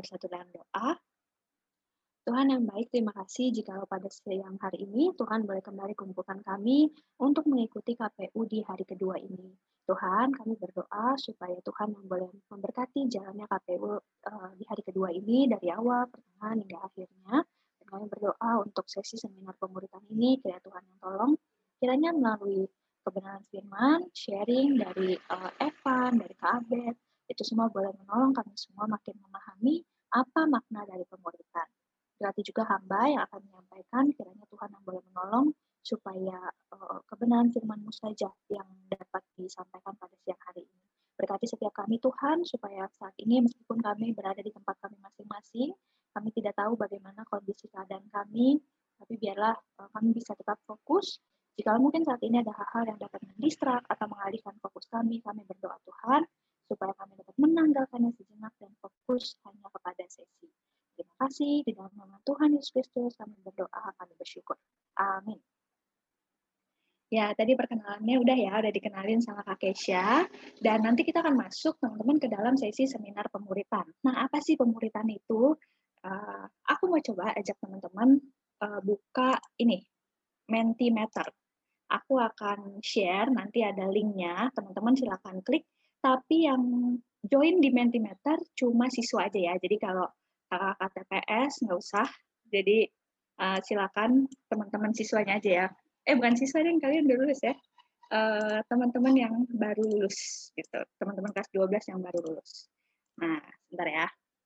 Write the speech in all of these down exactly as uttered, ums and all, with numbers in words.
Mari satu dalam doa. Tuhan yang baik, terima kasih jikalau pada siang hari ini Tuhan boleh kembali kumpulkan kami untuk mengikuti K P U di hari kedua ini. Tuhan, kami berdoa supaya Tuhan yang boleh memberkati jalannya K P U uh, di hari kedua ini dari awal, pertengahan, hingga akhirnya. Dan kami berdoa untuk sesi seminar pemuritan ini, kiranya Tuhan yang tolong, kiranya melalui kebenaran firman, sharing dari uh, Evan, dari Kak Abed, itu semua boleh menolong kami semua makin memahami apa makna dari pemuritan. Berarti juga hamba yang akan menyampaikan, kiranya Tuhan yang boleh menolong supaya uh, kebenaran firman-Mu saja yang dapat disampaikan pada siang hari ini. Berkati setiap kami Tuhan, supaya saat ini meskipun kami berada di tempat kami masing-masing, kami tidak tahu bagaimana kondisi keadaan kami, tapi biarlah uh, kami bisa tetap fokus. Jika mungkin saat ini ada hal-hal yang dapat mendistrak atau mengalihkan fokus kami, kami berdoa Tuhan, supaya kami dapat menanggalkannya sejenak dan fokus hanya kepada sesi. Terima kasih, di dalam nama Tuhan Yesus Kristus kami berdoa, kami bersyukur. Amin. Ya, tadi perkenalannya udah ya, udah dikenalin sama Kak Kesha, dan nanti kita akan masuk teman-teman ke dalam sesi seminar pemuritan. Nah, apa sih pemuritan itu? Uh, aku mau coba ajak teman-teman uh, buka ini, Mentimeter. Aku akan share, nanti ada linknya, teman-teman silakan klik, tapi yang join di Mentimeter cuma siswa aja ya, jadi kalau kakak-kakak T P S nggak usah, jadi uh, silakan teman-teman siswanya aja ya. Eh bukan siswa deh, kalian udah lulus ya. Uh, teman-teman yang baru lulus gitu, teman-teman kelas dua belas yang baru lulus. Nah, sebentar ya.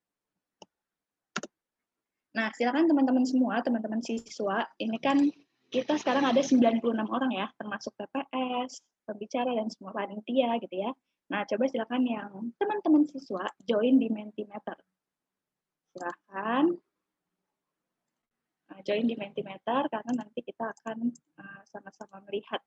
Nah, silakan teman-teman semua, teman-teman siswa, ini kan kita sekarang ada sembilan puluh enam orang ya, termasuk T P S, pembicara, dan semua panitia gitu ya. Nah, coba silakan yang teman-teman siswa join di Mentimeter. Silakan uh, join di Mentimeter karena nanti kita akan uh, sama-sama melihat.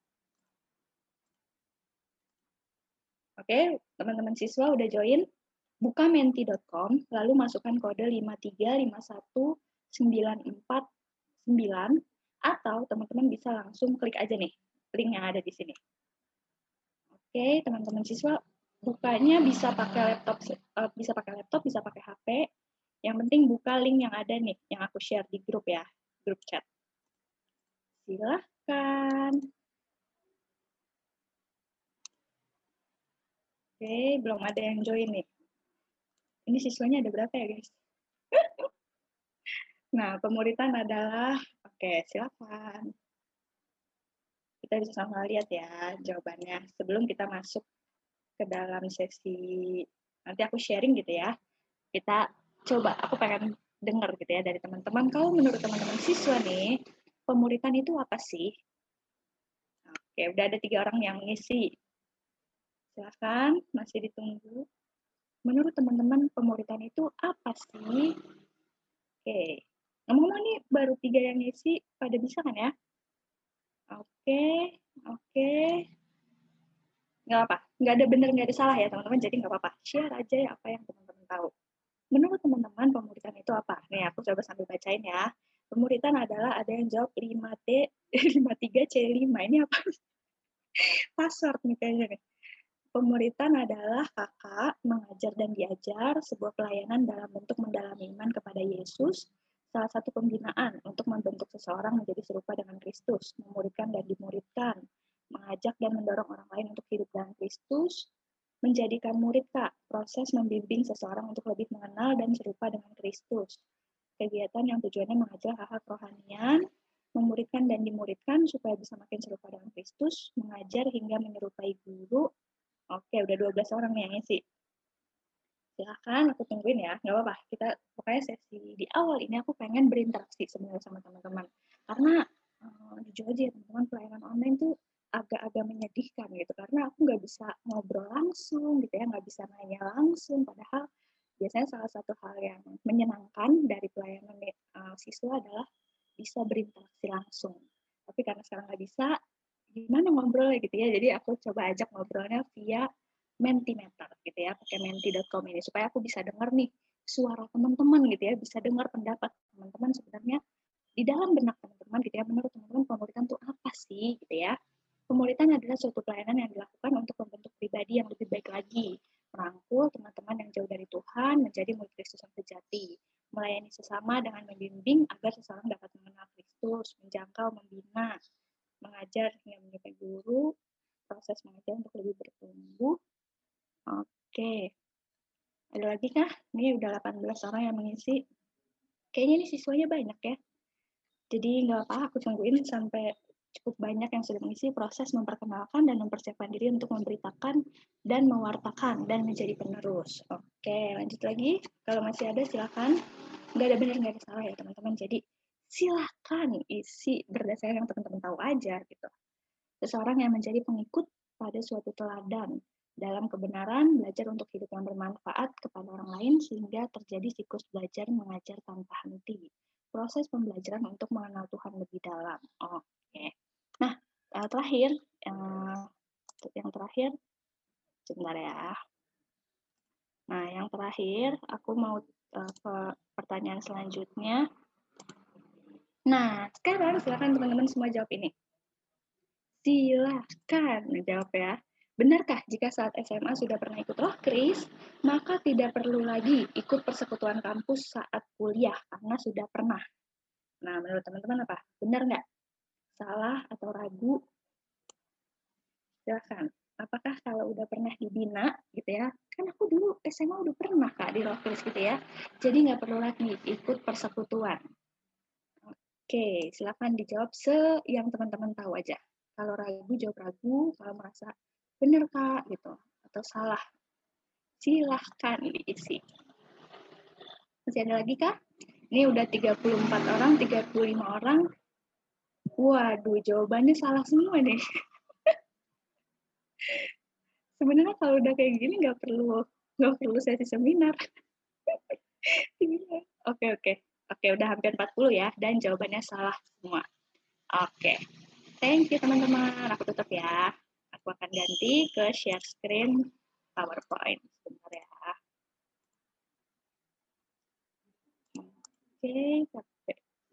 Oke, teman-teman siswa udah join? Buka menti dot com, lalu masukkan kode lima tiga lima satu sembilan empat sembilan, atau teman-teman bisa langsung klik aja nih, link yang ada di sini. Oke, teman-teman siswa, bukanya bisa pakai laptop, bisa pakai laptop, bisa pakai H P. Yang penting buka link yang ada nih, yang aku share di grup ya, grup chat. Silahkan. Oke, belum ada yang join nih. Ini siswanya ada berapa ya, guys? Nah, pemuritan adalah, oke, silakan. Kita bisa sama lihat ya jawabannya. Sebelum kita masuk ke dalam sesi, nanti aku sharing gitu ya. Kita coba, aku pengen dengar gitu ya dari teman-teman. Kalau menurut teman-teman siswa nih, pemuritan itu apa sih? Oke, udah ada tiga orang yang ngisi. Silakan, masih ditunggu. Menurut teman-teman, pemuritan itu apa sih? Oke, ngomong-ngomong nih baru tiga yang ngisi, pada bisa kan ya? Oke, oke. Nggak apa, nggak ada benar, nggak ada salah ya teman-teman, jadi nggak apa-apa. Share aja ya apa yang teman-teman tahu. Menurut teman-teman, pemuritan itu apa? Nih, aku coba sambil bacain ya. Pemuritan adalah ada yang jawab lima T, lima tiga C lima. Ini apa? Password nih kayaknya nih. Pemuritan adalah kakak mengajar dan diajar, sebuah pelayanan dalam bentuk mendalami iman kepada Yesus, salah satu pembinaan untuk membentuk seseorang menjadi serupa dengan Kristus, memuridkan dan dimuridkan, mengajak dan mendorong orang lain untuk hidup dalam Kristus, menjadikan murid Kak, proses membimbing seseorang untuk lebih mengenal dan serupa dengan Kristus. Kegiatan yang tujuannya mengajar hal-hal kerohanian, memuridkan dan dimuridkan supaya bisa makin serupa dengan Kristus, mengajar hingga menyerupai guru. Oke, udah dua belas orang nih yang ngisi. Silahkan, aku tungguin ya. Nggak apa-apa, kita pokoknya sesi di awal ini aku pengen berinteraksi sebenarnya sama teman-teman. Karena, uh, jujur aja ya teman-teman, pelayanan online tuh agak-agak menyedihkan gitu. Karena aku nggak bisa ngobrol langsung gitu ya, nggak bisa nanya langsung. Padahal biasanya salah satu hal yang menyenangkan dari pelayanan uh, siswa adalah bisa berinteraksi langsung. Tapi karena sekarang nggak bisa, gimana ngobrolnya gitu ya, jadi aku coba ajak ngobrolnya via Mentimeter gitu ya, pakai menti dot com ini, supaya aku bisa dengar nih suara teman-teman gitu ya, bisa dengar pendapat teman-teman sebenarnya di dalam benak teman-teman gitu ya, menurut teman-teman pemuritan itu apa sih gitu ya. Pemuritan adalah suatu pelayanan yang dilakukan untuk membentuk pribadi yang lebih baik lagi, merangkul teman-teman yang jauh dari Tuhan menjadi murid Kristus yang sejati, melayani sesama dengan membimbing agar seseorang dapat mengenal Kristus, menjangkau, membina, mengajar hingga menjadi guru, proses mengajar untuk lebih bertumbuh. Oke. Ada lagi kah? Ini udah delapan belas orang yang mengisi. Kayaknya ini siswanya banyak ya. Jadi nggak apa-apa, aku tungguin sampai cukup banyak yang sudah mengisi proses memperkenalkan dan mempersiapkan diri untuk memberitakan dan mewartakan dan menjadi penerus. Oke, lanjut lagi. Kalau masih ada silakan. Nggak ada benar, nggak ada salah ya teman-teman. Jadi silakan isi berdasarkan yang teman-teman tahu aja gitu. Seseorang yang menjadi pengikut pada suatu teladan dalam kebenaran, belajar untuk hidup yang bermanfaat kepada orang lain sehingga terjadi siklus belajar mengajar tanpa henti. Proses pembelajaran untuk mengenal Tuhan lebih dalam. Oke. Nah, terakhir, yang terakhir, sebentar ya. Nah, yang terakhir, aku mau ke pertanyaan selanjutnya. Nah, sekarang silakan teman-teman semua jawab ini. Silahkan menjawab ya. Benarkah jika saat S M A sudah pernah ikut Roh Kris, maka tidak perlu lagi ikut persekutuan kampus saat kuliah karena sudah pernah? Nah, menurut teman-teman apa? Benar nggak? Salah atau ragu? Silahkan. Apakah kalau udah pernah dibina, gitu ya, kan aku dulu S M A udah pernah Kak di Roh Kris gitu ya, jadi nggak perlu lagi ikut persekutuan. Oke, silakan dijawab se yang teman-teman tahu aja. Kalau ragu, jawab ragu. Kalau merasa benar Kak, gitu, atau salah, silahkan diisi. Masih ada lagi Kak? Ini udah tiga puluh empat orang, tiga puluh lima orang. Waduh, jawabannya salah semua nih. Sebenarnya kalau udah kayak gini nggak perlu nggak perlu sesi seminar. Oke, oke. Oke, udah hampir empat puluh ya, dan jawabannya salah semua. Oke. Thank you teman-teman. Aku tutup ya. Aku akan ganti ke share screen PowerPoint. Sebentar ya. Oke, sampai.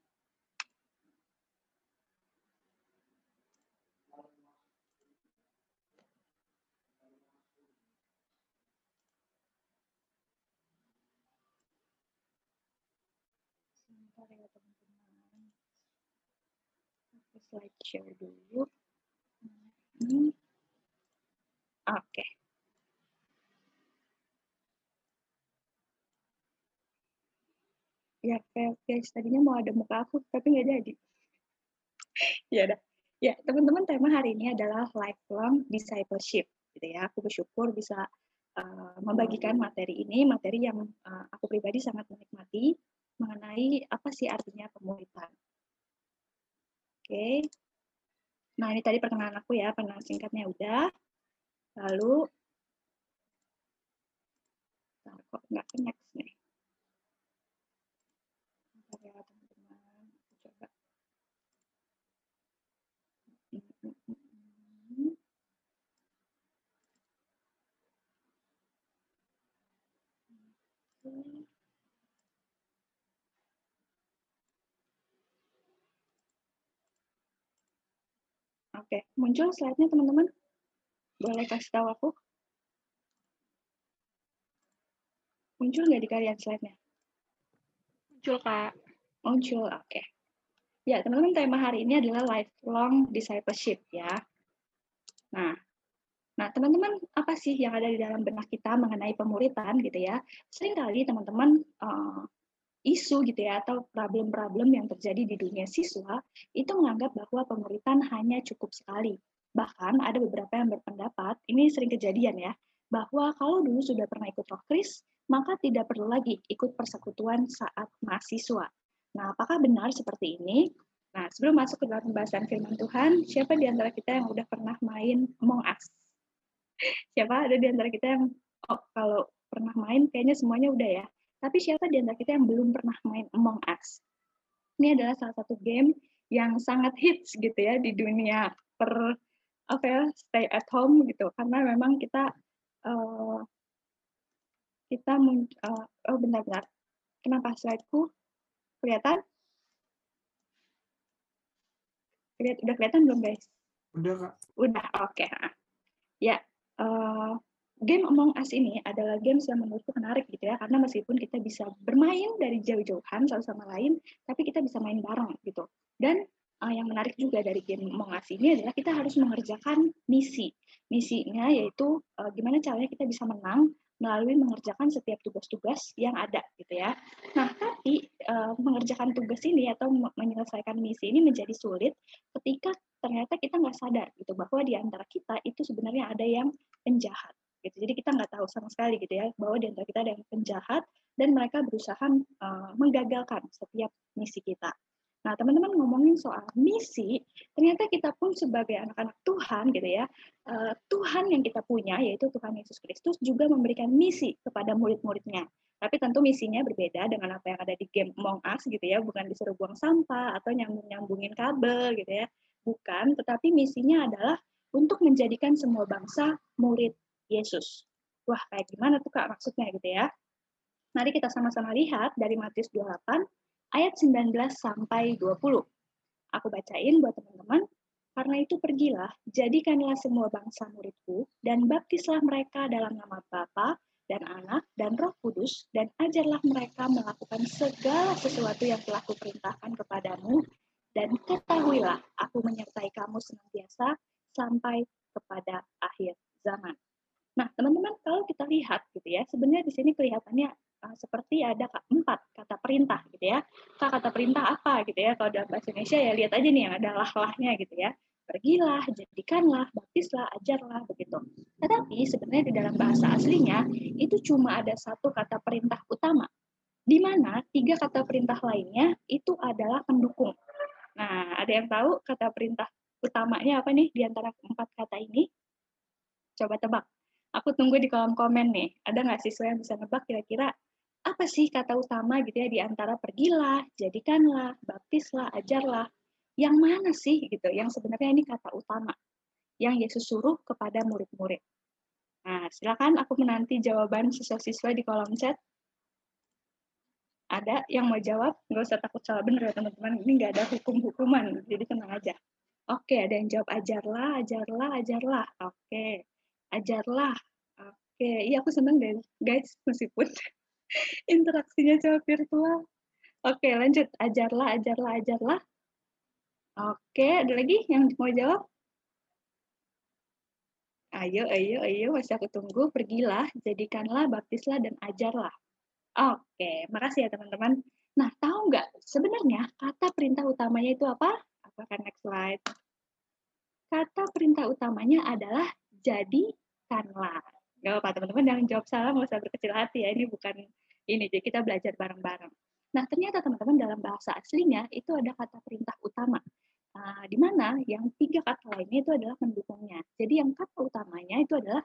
Sebentar ya teman-teman. Aku slide share dulu. Hmm. Oke. Okay. Ya, guys, tadinya mau ada muka aku, tapi nggak jadi. Ya udah. Ya, teman-teman, tema hari ini adalah lifelong discipleship. Gitu ya. Aku bersyukur bisa uh, membagikan materi ini, materi yang uh, aku pribadi sangat menikmati mengenai apa sih artinya pemuritan. Oke. Okay. Nah, ini tadi perkenalan aku ya, perkenalan singkatnya udah. Lalu, nah, kok nggak connect nih? Bentar ya, teman-teman. Coba. Oke, muncul slide-nya teman-teman? Boleh kasih tahu aku? Muncul nggak di kalian slide-nya? Muncul, Kak. Muncul, oke. Okay. Ya, teman-teman, tema hari ini adalah lifelong discipleship ya. Nah, nah teman-teman, apa sih yang ada di dalam benak kita mengenai pemuritan gitu ya? Seringkali teman-teman uh, isu gitu ya, atau problem-problem yang terjadi di dunia siswa, itu menganggap bahwa pemuritan hanya cukup sekali. Bahkan ada beberapa yang berpendapat, ini sering kejadian ya, bahwa kalau dulu sudah pernah ikut Roh Kris, maka tidak perlu lagi ikut persekutuan saat mahasiswa. Nah, apakah benar seperti ini? Nah, sebelum masuk ke dalam pembahasan firman Tuhan, siapa di antara kita yang udah pernah main Among Us? Siapa ada di antara kita yang, oh, kalau pernah main, kayaknya semuanya udah ya. Tapi siapa di antara kita yang belum pernah main Among Us? Ini adalah salah satu game yang sangat hits gitu ya di dunia per apa ya, stay at home gitu. Karena memang kita uh, kita uh, oh benar-benar. Kenapa slide-ku kelihatan? Udah kelihatan belum guys? Udah Kak. Udah, oke. Okay. Ya. Uh, game Among Us ini adalah games yang menurutku menarik gitu ya, karena meskipun kita bisa bermain dari jauh-jauhan satu sama lain, tapi kita bisa main bareng gitu. Dan uh, yang menarik juga dari game Among Us ini adalah kita harus mengerjakan misi. Misinya yaitu uh, gimana caranya kita bisa menang melalui mengerjakan setiap tugas-tugas yang ada gitu ya. Nah, tapi uh, mengerjakan tugas ini atau menyelesaikan misi ini menjadi sulit ketika ternyata kita nggak sadar gitu bahwa di antara kita itu sebenarnya ada yang penjahat. Gitu. Jadi kita nggak tahu sama sekali gitu ya bahwa di antara kita ada yang penjahat dan mereka berusaha uh, menggagalkan setiap misi kita. Nah, teman-teman ngomongin soal misi, ternyata kita pun sebagai anak-anak Tuhan gitu ya, uh, Tuhan yang kita punya yaitu Tuhan Yesus Kristus juga memberikan misi kepada murid-muridnya. Tapi tentu misinya berbeda dengan apa yang ada di game Among Us gitu ya, bukan disuruh buang sampah atau nyambung-nyambungin kabel gitu ya. Bukan, tetapi misinya adalah untuk menjadikan semua bangsa murid Yesus. Wah, kayak gimana tuh Kak maksudnya gitu ya? Mari kita sama-sama lihat dari Matius dua puluh delapan ayat sembilan belas sampai dua puluh. Aku bacain buat teman-teman. Karena itu pergilah, jadikanlah semua bangsa muridku, dan baptislah mereka dalam nama Bapa dan Anak dan Roh Kudus, dan ajarlah mereka melakukan segala sesuatu yang telah kuperintahkan kepadamu, dan ketahuilah aku menyertai kamu senantiasa sampai kepada akhir zaman. Nah, teman-teman, kalau kita lihat gitu ya, sebenarnya di sini kelihatannya uh, seperti ada empat kata perintah gitu ya. Kak, kata perintah apa gitu ya? Kalau dalam bahasa Indonesia ya lihat aja nih yang ada lah-lahnya gitu ya. Pergilah, jadikanlah, baptislah, ajarlah begitu. Tetapi sebenarnya di dalam bahasa aslinya itu cuma ada satu kata perintah utama, di mana tiga kata perintah lainnya itu adalah pendukung. Nah, ada yang tahu kata perintah utamanya apa nih di antara empat kata ini? Coba tebak. Aku tunggu di kolom komen nih. Ada nggak siswa yang bisa nebak kira-kira apa sih kata utama gitu ya di antara pergilah, jadikanlah, baptislah, ajarlah. Yang mana sih gitu yang sebenarnya ini kata utama yang Yesus suruh kepada murid-murid. Nah, silakan aku menanti jawaban siswa-siswa di kolom chat. Ada yang mau jawab? Nggak usah takut salah bener ya teman-teman. Ini nggak ada hukum-hukuman, jadi tenang aja. Oke, ada yang jawab ajarlah, ajarlah, ajarlah. Oke, ajarlah. Oke, iya aku senang deh, guys, meskipun interaksinya cuma virtual. Oke, lanjut. Ajarlah, ajarlah, ajarlah. Oke, ada lagi yang mau jawab? Ayo, ayo, ayo, masih aku tunggu. Pergilah, jadikanlah, baptislah, dan ajarlah. Oke, makasih ya teman-teman. Nah, tahu nggak sebenarnya kata perintah utamanya itu apa? Aku akan next slide. Kata perintah utamanya adalah jadikanlah. Gak apa teman-teman, jangan jawab salah, nggak usah berkecil hati ya. Ini bukan ini, jadi kita belajar bareng-bareng. Nah, ternyata teman-teman dalam bahasa aslinya itu ada kata perintah utama. Nah, di mana yang tiga kata lainnya itu adalah pendukungnya. Jadi yang kata utamanya itu adalah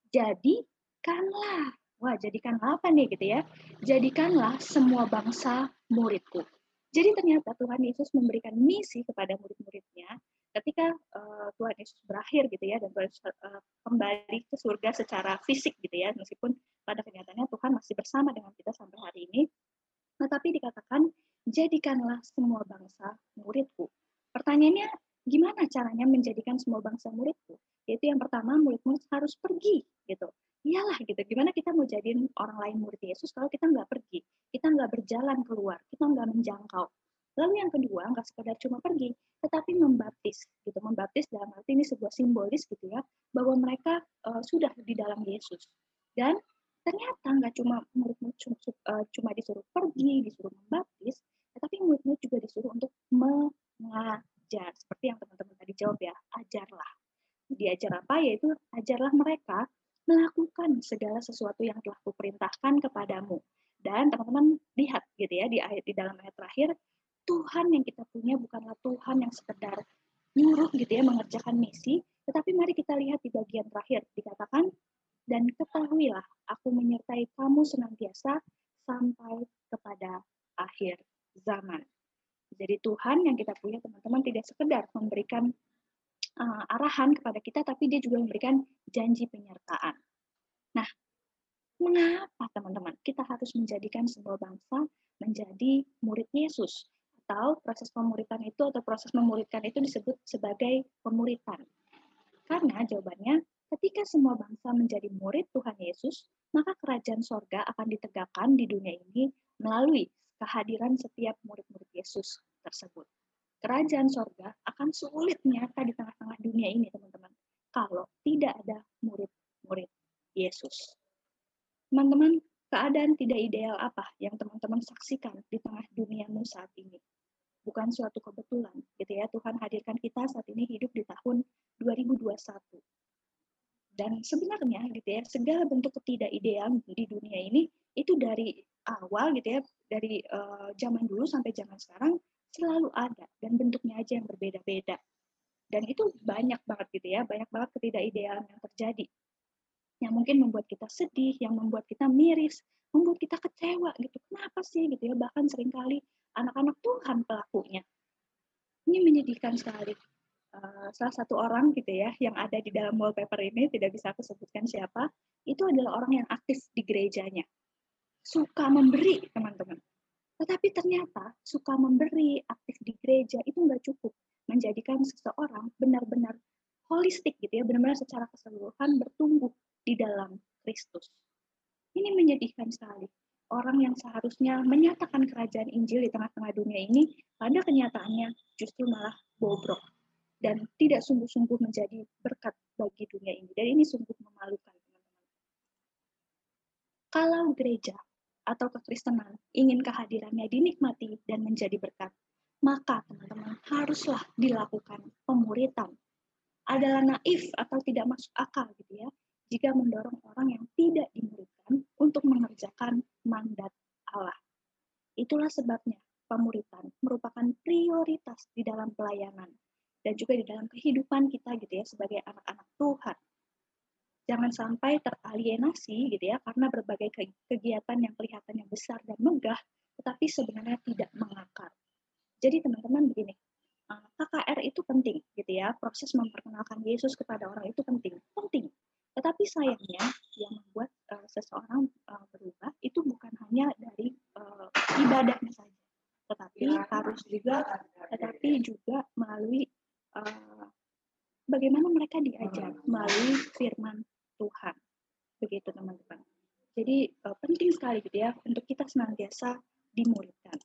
jadikanlah. Wah, jadikanlah apa nih gitu ya? Jadikanlah semua bangsa muridku. Jadi ternyata Tuhan Yesus memberikan misi kepada murid-muridnya ketika uh, Tuhan Yesus berakhir gitu ya dan Tuhan Yesus uh, kembali ke surga secara fisik gitu ya, meskipun pada kenyataannya Tuhan masih bersama dengan kita sampai hari ini. Tetapi dikatakan jadikanlah semua bangsa muridku. Pertanyaannya gimana caranya menjadikan semua bangsa muridku? Yaitu yang pertama, murid-murid harus pergi gitu. Iyalah gitu, gimana kita mau jadiin orang lain murid Yesus kalau kita nggak pergi, kita nggak berjalan keluar, kita nggak menjangkau. Lalu yang kedua, nggak sekedar cuma pergi, tetapi membaptis gitu. Membaptis dalam arti ini sebuah simbolis gitu ya, bahwa mereka uh, sudah di dalam Yesus. Dan ternyata nggak cuma murid-murid cuma, uh, cuma disuruh pergi, disuruh membaptis, tetapi murid-murid juga disuruh untuk mengajar. Seperti yang teman-teman tadi jawab ya, ajarlah. Diajar apa? Yaitu ajarlah mereka melakukan segala sesuatu yang telah kuperintahkan kepadamu. Dan teman-teman lihat gitu ya di ayat di dalam ayat terakhir, Tuhan yang kita punya bukanlah Tuhan yang sekedar nyuruh gitu ya mengerjakan misi, tetapi mari kita lihat di bagian terakhir dikatakan dan ketahuilah aku menyertai kamu senantiasa sampai kepada akhir zaman. Jadi Tuhan yang kita punya teman-teman tidak sekedar memberikan uh, arahan kepada kita, tapi dia juga memberikan janji penyertaan. Nah, mengapa teman-teman kita harus menjadikan sebuah bangsa menjadi murid Yesus? Atau proses pemuritan itu atau proses memuridkan itu disebut sebagai pemuritan. Karena jawabannya Ketika semua bangsa menjadi murid Tuhan Yesus, maka kerajaan sorga akan ditegakkan di dunia ini melalui kehadiran setiap murid-murid Yesus tersebut. Kerajaan sorga akan sulit nyata di tengah-tengah dunia ini, teman-teman, kalau tidak ada murid-murid Yesus. Teman-teman, keadaan tidak ideal apa yang teman-teman saksikan di tengah duniamu saat ini? Bukan suatu kebetulan, gitu ya. Tuhan hadirkan kita saat ini hidup di tahun dua ribu dua puluh satu. Dan sebenarnya, gitu ya, segala bentuk ketidakidealan di dunia ini itu dari awal, gitu ya, dari uh, zaman dulu sampai zaman sekarang selalu ada dan bentuknya aja yang berbeda-beda. Dan itu banyak banget, gitu ya, banyak banget ketidakidealan yang terjadi, yang mungkin membuat kita sedih, yang membuat kita miris, membuat kita kecewa gitu. Kenapa sih gitu ya? Bahkan seringkali anak-anak Tuhan pelakunya. Ini menyedihkan sekali. Uh, salah satu orang gitu ya yang ada di dalam wallpaper ini, tidak bisa aku sebutkan siapa, itu adalah orang yang aktif di gerejanya. Suka memberi, teman-teman. Tetapi ternyata suka memberi, aktif di gereja itu nggak cukup menjadikan seseorang benar-benar holistik gitu ya, benar-benar secara keseluruhan bertumbuh di dalam Kristus. Ini menyedihkan sekali. Orang yang seharusnya menyatakan kerajaan Injil di tengah-tengah dunia ini, pada kenyataannya justru malah bobrok dan tidak sungguh-sungguh menjadi berkat bagi dunia ini. Dan ini sungguh memalukan, teman-teman. Kalau gereja atau kekristenan ingin kehadirannya dinikmati dan menjadi berkat, maka teman-teman haruslah dilakukan pemuritan. Adalah naif atau tidak masuk akal gitu ya, jika mendorong orang yang tidak dimuridkan untuk mengerjakan mandat Allah. Itulah sebabnya pemuritan merupakan prioritas di dalam pelayanan dan juga di dalam kehidupan kita gitu ya sebagai anak-anak Tuhan. Jangan sampai teralienasi gitu ya karena berbagai kegiatan yang kelihatannya besar dan megah tetapi sebenarnya tidak mengakar. Jadi teman-teman begini, K K R itu penting gitu ya, proses memperkenalkan Yesus kepada orang itu penting, penting. Tetapi sayangnya yang membuat uh, seseorang uh, berubah itu bukan hanya dari uh, ibadahnya saja, tetapi harus juga, tetapi juga melalui uh, bagaimana mereka diajar melalui firman Tuhan, begitu teman-teman. Jadi uh, penting sekali gitu ya untuk kita senantiasa dimuridkan.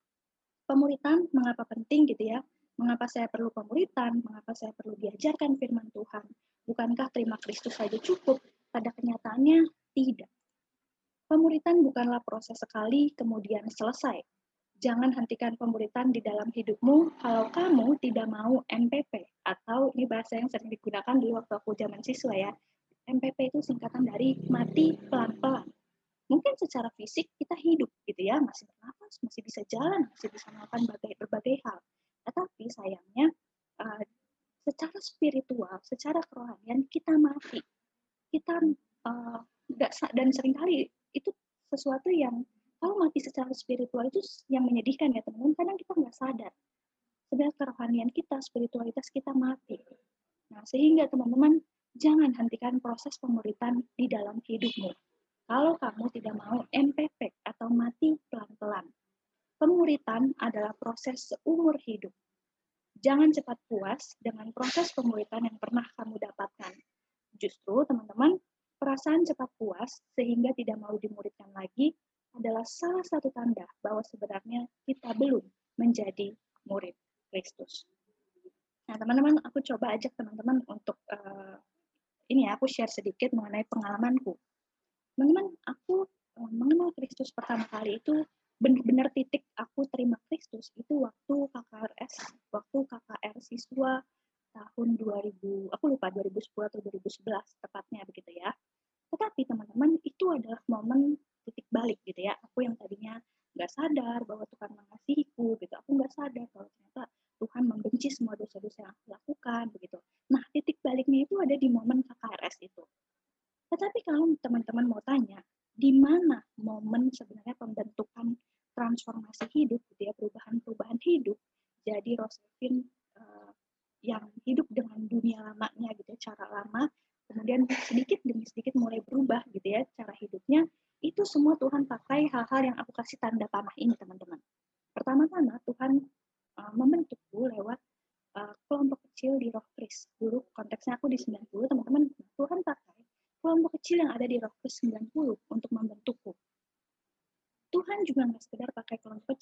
Pemuritan mengapa penting gitu ya? Mengapa saya perlu pemuritan? Mengapa saya perlu diajarkan firman Tuhan? Bukankah terima Kristus saja cukup? Pada kenyataannya tidak. Pemuritan bukanlah proses sekali kemudian selesai. Jangan hentikan pemuritan di dalam hidupmu kalau kamu tidak mau M P P, atau ini bahasa yang sering digunakan dulu waktu aku zaman siswa ya. M P P itu singkatan dari mati pelan-pelan. Mungkin secara fisik kita hidup gitu ya, masih bernafas, masih bisa jalan, masih bisa melakukan berbagai, berbagai hal. Tetapi sayangnya uh, secara spiritual, secara kerohanian kita mati. Kita uh, gak, dan seringkali itu sesuatu yang kalau mati secara spiritual itu yang menyedihkan ya teman-teman. Kadang kita nggak sadar. Sebenarnya kerohanian kita, spiritualitas kita mati. Nah sehingga teman-teman jangan hentikan proses pemuritan di dalam hidupmu. Kalau kamu tidak mau M P P atau mati pelan-pelan. Pemuritan adalah proses seumur hidup. Jangan cepat puas dengan proses pemuritan yang pernah kamu dapatkan. Justru, teman-teman, perasaan cepat puas sehingga tidak mau dimuridkan lagi adalah salah satu tanda bahwa sebenarnya kita belum menjadi murid Kristus. Nah, teman-teman, aku coba ajak teman-teman untuk uh, ini ya, aku share sedikit mengenai pengalamanku. Teman-teman, aku uh, mengenal Kristus pertama kali itu benar-benar titik aku terima Kristus itu waktu K K R S, waktu K K R siswa tahun dua ribu, aku lupa dua ribu sepuluh atau dua ribu sebelas tepatnya begitu ya. Tetapi teman-teman itu adalah momen titik balik gitu ya. Aku yang tadinya nggak sadar bahwa Tuhan mengasihiku gitu. Aku nggak sadar bahwa ternyata Tuhan membenci semua dosa-dosa yang aku lakukan begitu. Nah titik baliknya itu ada di momen K K R S itu. Tetapi kalau teman-teman mau tanya, di mana momen sebenarnya pembentukan transformasi hidup gitu ya, perubahan-perubahan hidup. Jadi Roselvin uh, yang hidup dengan dunia lamanya gitu ya, cara lama, kemudian sedikit demi sedikit mulai berubah gitu ya cara hidupnya, itu semua Tuhan pakai hal-hal yang aku kasih tanda panah ini teman-teman. Pertama-tama Tuhan uh, membentukku lewat uh, kelompok kecil di Rock Kris. Dulu konteksnya aku di sembilan puluh teman-teman, Tuhan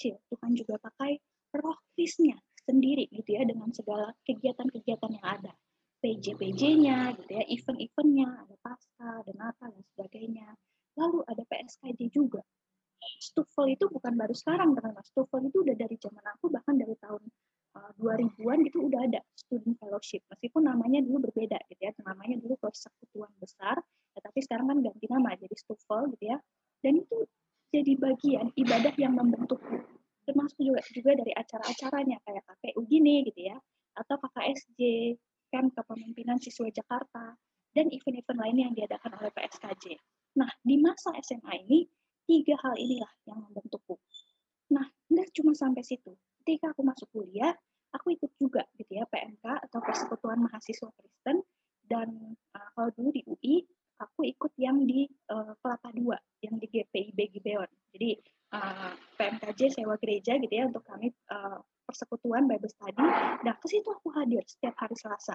kecil, Tuhan juga pakai roh Krisnya sendiri gitu ya, dengan segala kegiatan-kegiatan yang ada. P J P J-nya gitu ya, event-eventnya, ada Paskah, ada Natal dan sebagainya. Lalu ada P S K J juga. Stufel itu bukan baru sekarang, teman-teman. Stufel itu udah dari zaman aku, bahkan dari tahun uh, dua ribuan gitu udah ada student fellowship. Meskipun namanya dulu berbeda gitu ya, namanya dulu Persekutuan Besar, tetapi sekarang kan ganti nama jadi Stufel gitu ya. Dan itu jadi bagian ibadah yang membentukku. Termasuk juga, juga dari acara-acaranya kayak K P U gini gitu ya, atau K K S J, Camp Kepemimpinan Siswa Jakarta, dan event-event lain yang diadakan oleh P S K J. Nah, di masa S M A ini, tiga hal inilah yang membentukku. Nah, nggak cuma sampai situ. Ketika aku masuk kuliah, aku ikut juga gitu ya P M K atau Persekutuan Mahasiswa Kristen, dan uh, kalau dulu di U I aku ikut yang di uh, Kelapa dua, yang di G P I B Gibeon. Jadi uh, P M K J sewa gereja gitu ya untuk kami uh, persekutuan Bible study. Nah, ke situ aku hadir setiap hari Selasa.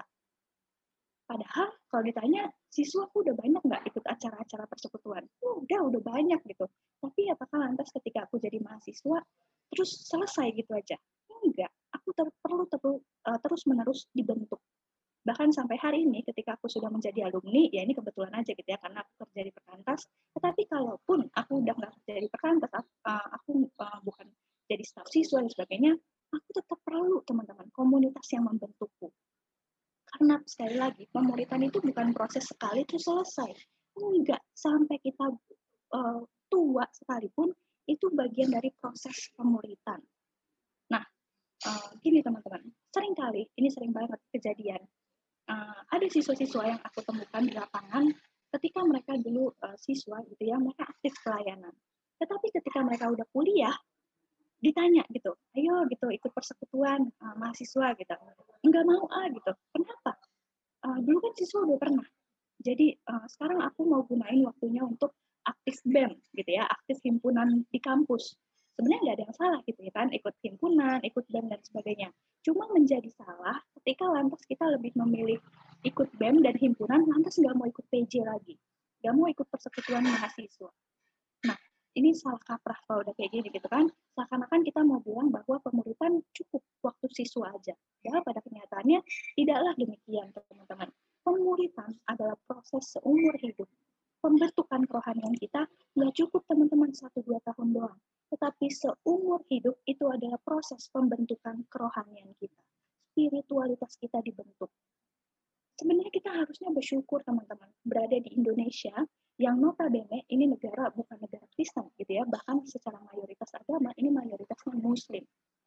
Padahal kalau ditanya, siswa aku udah banyak nggak ikut acara-acara persekutuan? Oh, udah, udah banyak gitu. Tapi apakah lantas ketika aku jadi mahasiswa, terus selesai gitu aja? Enggak, aku ter perlu ter uh, terus-menerus dibentuk. Bahkan sampai hari ini ketika aku sudah menjadi alumni, ya ini kebetulan aja gitu ya, karena aku kerja di perkantas. Tetapi kalaupun aku udah nggak kerja di perkantas, uh, aku uh, bukan jadi staf siswa dan sebagainya, aku tetap perlu teman-teman komunitas yang membentukku. Karena sekali lagi, pemuritan itu bukan proses sekali terus selesai. Enggak, sampai kita uh, tua sekalipun, itu bagian dari proses pemuritan. Nah, uh, gini teman-teman, sering kali, ini sering banget kejadian, uh, ada siswa-siswa yang aku temukan di lapangan, ketika mereka dulu uh, siswa gitu ya, mereka aktif pelayanan. Tetapi ketika mereka udah kuliah, ditanya gitu, ayo gitu ikut persekutuan uh, mahasiswa gitu. Enggak mau ah gitu. Kenapa? Uh, dulu kan siswa udah pernah. Jadi uh, sekarang aku mau gunain waktunya untuk aktif B E M gitu ya, aktif himpunan di kampus. Sebenarnya nggak ada yang salah gitu ya kan, ikut himpunan, ikut B E M dan sebagainya. Cuma menjadi salah ketika lantas kita lebih memilih ikut B E M dan himpunan, lantas nggak mau ikut P J lagi, nggak mau ikut persekutuan mahasiswa. Nah, ini salah kaprah kalau udah kayak gini gitu kan. Seakan-akan kita mau bilang bahwa pemuritan cukup waktu siswa aja. Ya, pada kenyataannya tidaklah demikian, teman-teman. Pemuritan adalah proses seumur hidup. Pembentukan kerohanian kita nggak cukup teman-teman satu dua tahun doang. Tetapi seumur hidup itu adalah proses pembentukan kerohanian kita. Spiritualitas kita dibentuk. Sebenarnya kita harusnya bersyukur teman-teman berada di Indonesia yang notabene ini negara bukan negara Kristen gitu ya, bahkan secara mayoritas agama ini mayoritasnya Muslim.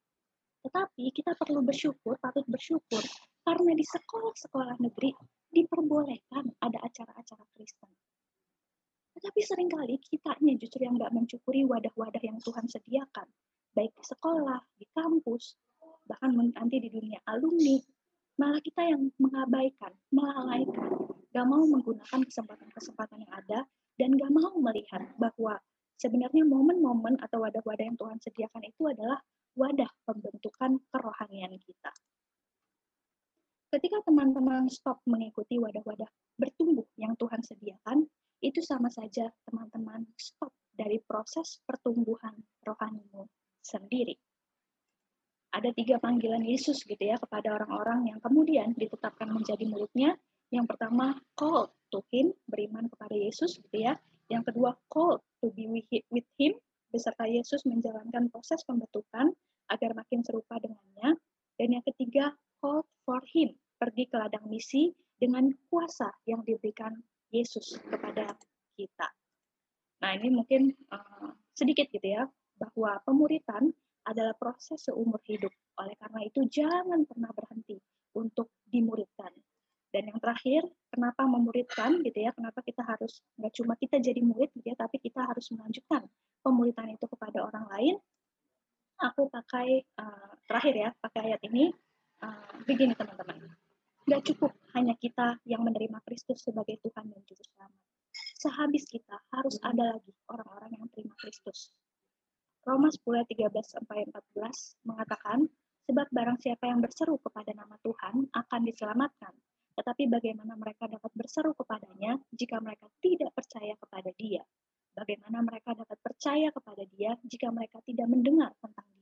Tetapi kita perlu bersyukur, patut bersyukur karena di sekolah-sekolah negeri diperbolehkan ada acara-acara Kristen. Tetapi seringkali kitanya justru yang nggak mencukuri wadah-wadah yang Tuhan sediakan, baik di sekolah, di kampus, bahkan nanti di dunia alumni. Malah kita yang mengabaikan, melalaikan, gak mau menggunakan kesempatan-kesempatan yang ada, dan gak mau melihat bahwa sebenarnya momen-momen atau wadah-wadah yang Tuhan sediakan itu adalah wadah pembentukan kerohanian kita. Ketika teman-teman stop mengikuti wadah-wadah bertumbuh yang Tuhan sediakan, itu sama saja teman-teman stop dari proses pertumbuhan rohanimu sendiri. Ada tiga panggilan Yesus gitu ya kepada orang-orang yang kemudian ditetapkan menjadi muridnya. Yang pertama, call to him, beriman kepada Yesus gitu ya. Yang kedua, call to be with him, beserta Yesus menjalankan proses pembentukan agar makin serupa dengannya. Dan yang ketiga, call for him, pergi ke ladang misi dengan kuasa yang diberikan Yesus kepada kita. Nah, ini mungkin uh, sedikit gitu ya, bahwa pemuritan adalah proses seumur hidup. Oleh karena itu, jangan pernah berhenti untuk dimuridkan. Dan yang terakhir, kenapa memuridkan gitu ya, kenapa kita harus, nggak cuma kita jadi murid gitu ya, tapi kita harus melanjutkan pemuritan itu kepada orang lain. Aku pakai, uh, terakhir ya, pakai ayat ini, uh, begini teman-teman. Nggak cukup hanya kita yang menerima Kristus sebagai Tuhan dan Juru Selamat. Sehabis kita, harus ada lagi orang-orang yang terima Kristus. Roma sepuluh tiga belas sampai empat belas mengatakan, sebab barang siapa yang berseru kepada nama Tuhan akan diselamatkan. Tetapi bagaimana mereka dapat berseru kepadanya jika mereka tidak percaya kepada Dia? Bagaimana mereka dapat percaya kepada Dia jika mereka tidak mendengar tentang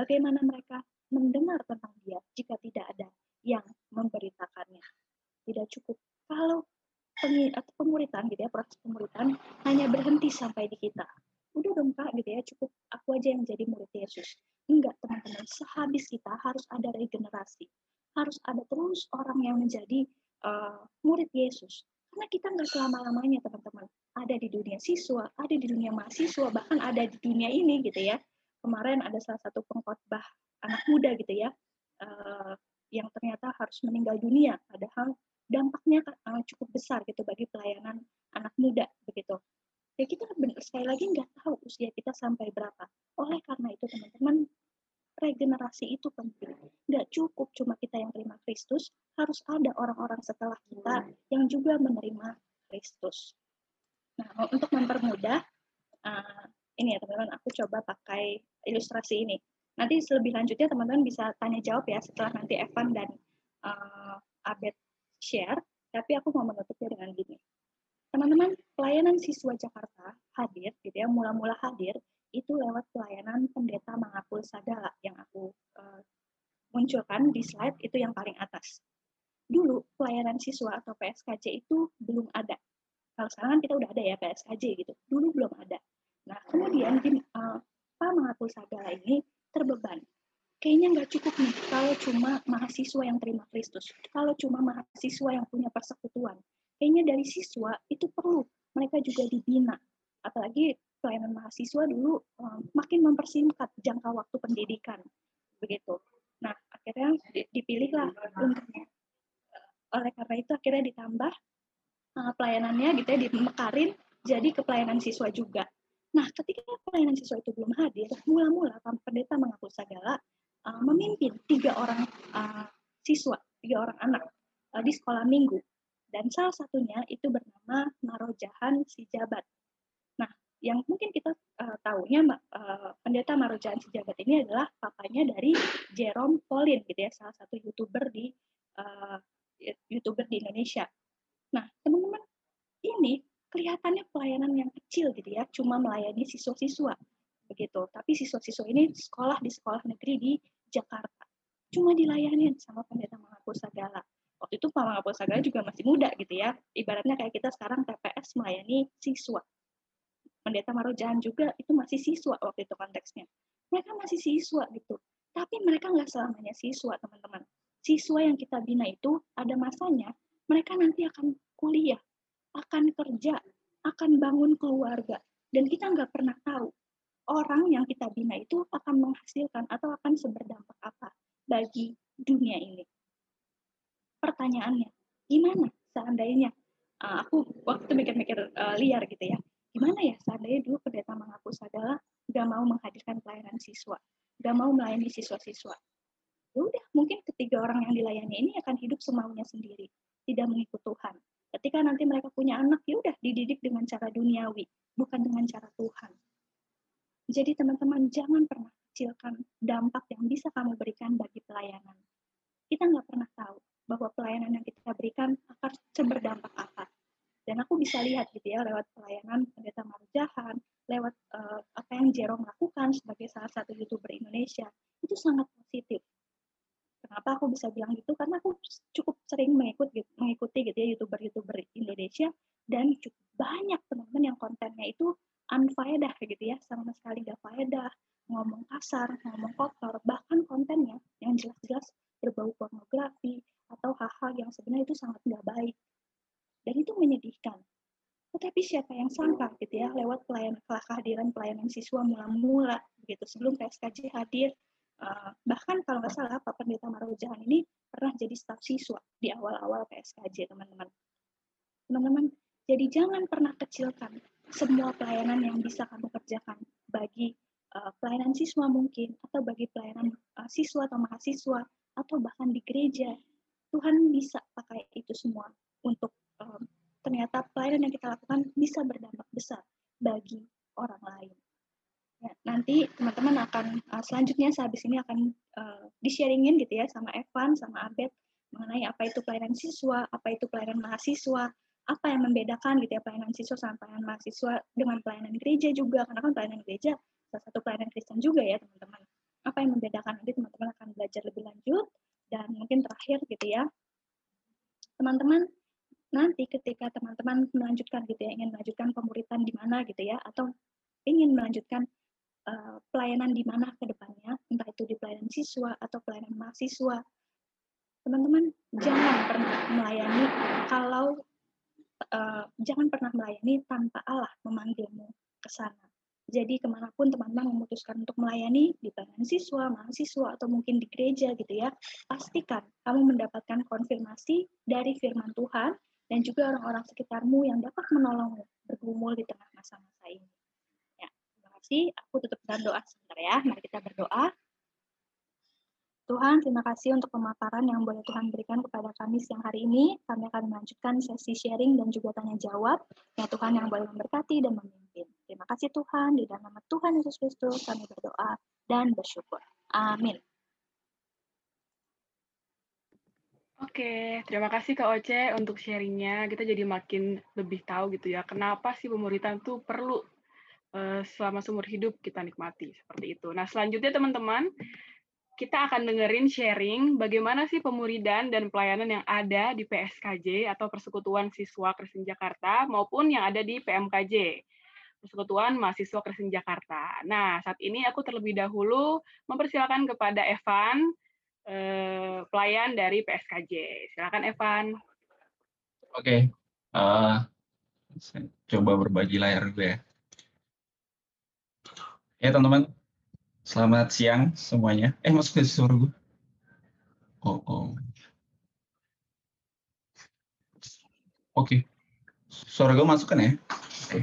Bagaimana mereka mendengar tentang Dia jika tidak ada yang memberitakannya? Tidak cukup. Kalau pemuritan gitu ya, proses pemuritan hanya berhenti sampai di kita. Udah dong Kak gitu ya, cukup aku aja yang jadi murid Yesus. Enggak teman-teman, sehabis kita harus ada regenerasi. Harus ada terus orang yang menjadi uh, murid Yesus. Karena kita nggak selama-lamanya teman-teman. Ada di dunia siswa, ada di dunia mahasiswa, bahkan ada di dunia ini gitu ya. Kemarin ada salah satu pengkhotbah anak muda gitu ya, uh, yang ternyata harus meninggal dunia. Padahal dampaknya uh, cukup besar gitu bagi pelayanan anak muda begitu. Ya kita sekali lagi nggak tahu usia kita sampai berapa. Oleh karena itu teman-teman, regenerasi itu penting. Nggak cukup cuma kita yang terima Kristus, harus ada orang-orang setelah kita yang juga menerima Kristus. Nah, untuk mempermudah, uh, ini ya teman-teman, aku coba pakai ilustrasi ini. Nanti lebih lanjutnya teman-teman bisa tanya jawab ya setelah nanti Evan dan uh, Abed share, tapi aku mau menutupnya dengan gini. Teman-teman, pelayanan siswa Jakarta hadir, gitu ya, mula-mula hadir, itu lewat pelayanan pendeta Mangapul Sagala yang aku uh, munculkan di slide itu yang paling atas. Dulu pelayanan siswa atau P S K J itu belum ada. Kalau sekarang kan kita udah ada ya P S K J gitu. Dulu belum ada. Nah, kemudian di, uh, Pak Mangapul Sagala ini terbeban. Kayaknya nggak cukup nih kalau cuma mahasiswa yang terima Kristus. Kalau cuma mahasiswa yang punya persekutuan. Kayaknya dari siswa itu perlu mereka juga dibina. Apalagi pelayanan mahasiswa dulu um, makin mempersingkat jangka waktu pendidikan. Begitu. Nah, akhirnya dipilihlah untuk oleh karena itu akhirnya ditambah uh, pelayanannya gitu ya, dimekarin jadi ke pelayanan siswa juga. Nah, ketika pelayanan siswa itu belum hadir, mula-mula pendeta Mangapul Sagala uh, memimpin tiga orang uh, siswa, tiga orang anak uh, di sekolah minggu. Dan salah satunya itu bernama Marojahan Sijabat. Nah, yang mungkin kita uh, tahunya uh, pendeta Marojahan Sijabat ini adalah papanya dari Jerome Pauline, gitu ya, salah satu youtuber di uh, youtuber di Indonesia. Nah, teman-teman, ini kelihatannya pelayanan yang kecil gitu ya, cuma melayani siswa-siswa begitu. Tapi siswa-siswa ini sekolah di sekolah negeri di Jakarta. Cuma dilayani sama pendeta Mangapul Sagala. Waktu itu Pak Mangapul Sagala juga masih muda gitu ya. Ibaratnya kayak kita sekarang T P S melayani siswa. Pendeta Marojahan juga itu masih siswa waktu itu konteksnya. Mereka masih siswa gitu. Tapi mereka nggak selamanya siswa, teman-teman. Siswa yang kita bina itu ada masanya mereka nanti akan kuliah, akan kerja, akan bangun keluarga. Dan kita nggak pernah tahu orang yang kita bina itu akan menghasilkan atau akan seberdampak apa bagi dunia ini. Pertanyaannya, gimana seandainya, uh, aku waktu mikir-mikir uh, liar gitu ya, gimana ya seandainya dulu pendeta Mangapul Sagala nggak mau menghadirkan pelayanan siswa, nggak mau melayani siswa-siswa. Ya udah, mungkin ketiga orang yang dilayani ini akan hidup semaunya sendiri, tidak mengikut Tuhan. Ketika nanti mereka punya anak, ya udah dididik dengan cara duniawi, bukan dengan cara Tuhan. Jadi teman-teman, jangan pernah kecilkan dampak yang bisa kamu berikan bagi pelayanan. Kita nggak pernah tahu bahwa pelayanan yang kita berikan akan berdampak apa. Dan aku bisa lihat gitu ya, lewat pelayanan pendeta Marojahan, lewat uh, apa yang Jerome lakukan sebagai salah satu YouTuber Indonesia, itu sangat positif. Kenapa aku bisa bilang gitu? Karena aku cukup sering mengikuti, mengikuti gitu ya YouTuber-YouTuber Indonesia, dan cukup banyak teman-teman yang kontennya itu unfaedah gitu ya, sama sekali gak faedah, ngomong kasar, ngomong kotor, bahkan kontennya yang jelas-jelas berbau pornografi atau hal-hal yang sebenarnya itu sangat gak baik. Dan itu menyedihkan. Tetapi siapa yang sangka gitu ya, lewat pelayanan kehadiran pelayanan siswa mula-mula begitu sebelum P S K J hadir, uh, bahkan kalau nggak salah Pak Pendeta Marojahan ini pernah jadi staf siswa di awal-awal P S K J, teman-teman. Teman-teman, jadi jangan pernah kecilkan semua pelayanan yang bisa kamu kerjakan bagi uh, pelayanan siswa mungkin, atau bagi pelayanan uh, siswa atau mahasiswa, atau bahkan di gereja. Tuhan bisa pakai itu semua untuk um, ternyata pelayanan yang kita lakukan bisa berdampak besar bagi orang lain. Ya, nanti teman-teman akan uh, selanjutnya sehabis ini akan uh, di-sharingin gitu ya sama Evan, sama Abed mengenai apa itu pelayanan siswa, apa itu pelayanan mahasiswa, apa yang membedakan gitu ya pelayanan siswa sama pelayanan mahasiswa dengan pelayanan gereja juga, karena kan pelayanan gereja salah satu pelayanan Kristen juga ya teman-teman. Apa yang membedakan membedakan, nanti teman-teman akan belajar lebih lanjut. Dan mungkin terakhir gitu ya, teman-teman nanti ketika teman-teman melanjutkan gitu ya, ingin melanjutkan pemuritan di mana gitu ya, atau ingin melanjutkan uh, pelayanan di mana ke depannya, entah itu di pelayanan siswa atau pelayanan mahasiswa, teman-teman jangan pernah melayani kalau uh, jangan pernah melayani tanpa Allah memanggilmu ke sana. Jadi kemanapun teman-teman memutuskan untuk melayani di pelayanan siswa, mahasiswa, atau mungkin di gereja gitu ya, pastikan kamu mendapatkan konfirmasi dari firman Tuhan dan juga orang-orang sekitarmu yang dapat menolongmu bergumul di tengah masa-masa ini. Ya, terima kasih. Aku tutup dengan doa sebentar ya. Mari kita berdoa. Tuhan, terima kasih untuk pemaparan yang boleh Tuhan berikan kepada kami siang hari ini. Kami akan melanjutkan sesi sharing dan juga tanya jawab. Ya Tuhan yang boleh memberkati dan memimpin. Terima kasih Tuhan, di dalam nama Tuhan Yesus Kristus kami berdoa dan bersyukur. Amin. Oke, terima kasih Kak Oce untuk sharingnya. Kita jadi makin lebih tahu gitu ya, kenapa sih pemuritan tuh perlu uh, selama seumur hidup kita nikmati, seperti itu. Nah, selanjutnya teman-teman, kita akan dengerin sharing bagaimana sih pemuridan dan pelayanan yang ada di P S K J atau Persekutuan Siswa Kristen Jakarta maupun yang ada di P M K J, Persekutuan Mahasiswa Kristen Jakarta. Nah, saat ini aku terlebih dahulu mempersilakan kepada Evan, eh, pelayan dari P S K J. Silakan Evan. Oke, uh, saya coba berbagi layar dulu ya. Ya teman-teman, selamat siang semuanya. Eh, masuk ke suara gue? Oh, oh. Oke, suara gue masuk kan ya? Oke.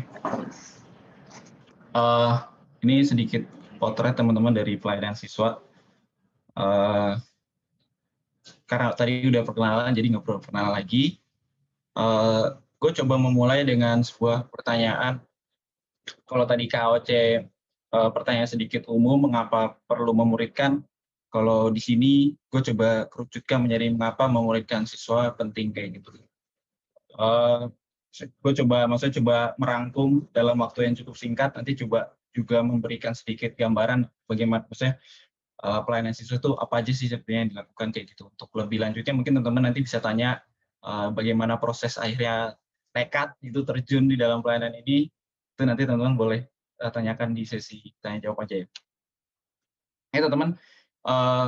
Uh, ini sedikit potret teman-teman dari pelayanan siswa. Uh, karena tadi udah perkenalan, jadi nggak perlu perkenalan lagi. Uh, gue coba memulai dengan sebuah pertanyaan. Kalau tadi K O C uh, pertanyaan sedikit umum, mengapa perlu memuridkan? Kalau di sini gue coba kerucutkan menjadi mengapa memuridkan siswa penting kayak gitu. Uh, gue coba, maksudnya coba merangkum dalam waktu yang cukup singkat. Nanti coba juga memberikan sedikit gambaran bagaimana, maksudnya uh, pelayanan siswa itu apa aja sih sebenarnya yang dilakukan kayak gitu. Untuk lebih lanjutnya mungkin teman-teman nanti bisa tanya uh, bagaimana proses akhirnya nekat itu terjun di dalam pelayanan ini. Itu nanti teman-teman boleh uh, tanyakan di sesi tanya jawab aja ya. Eh teman-teman, uh,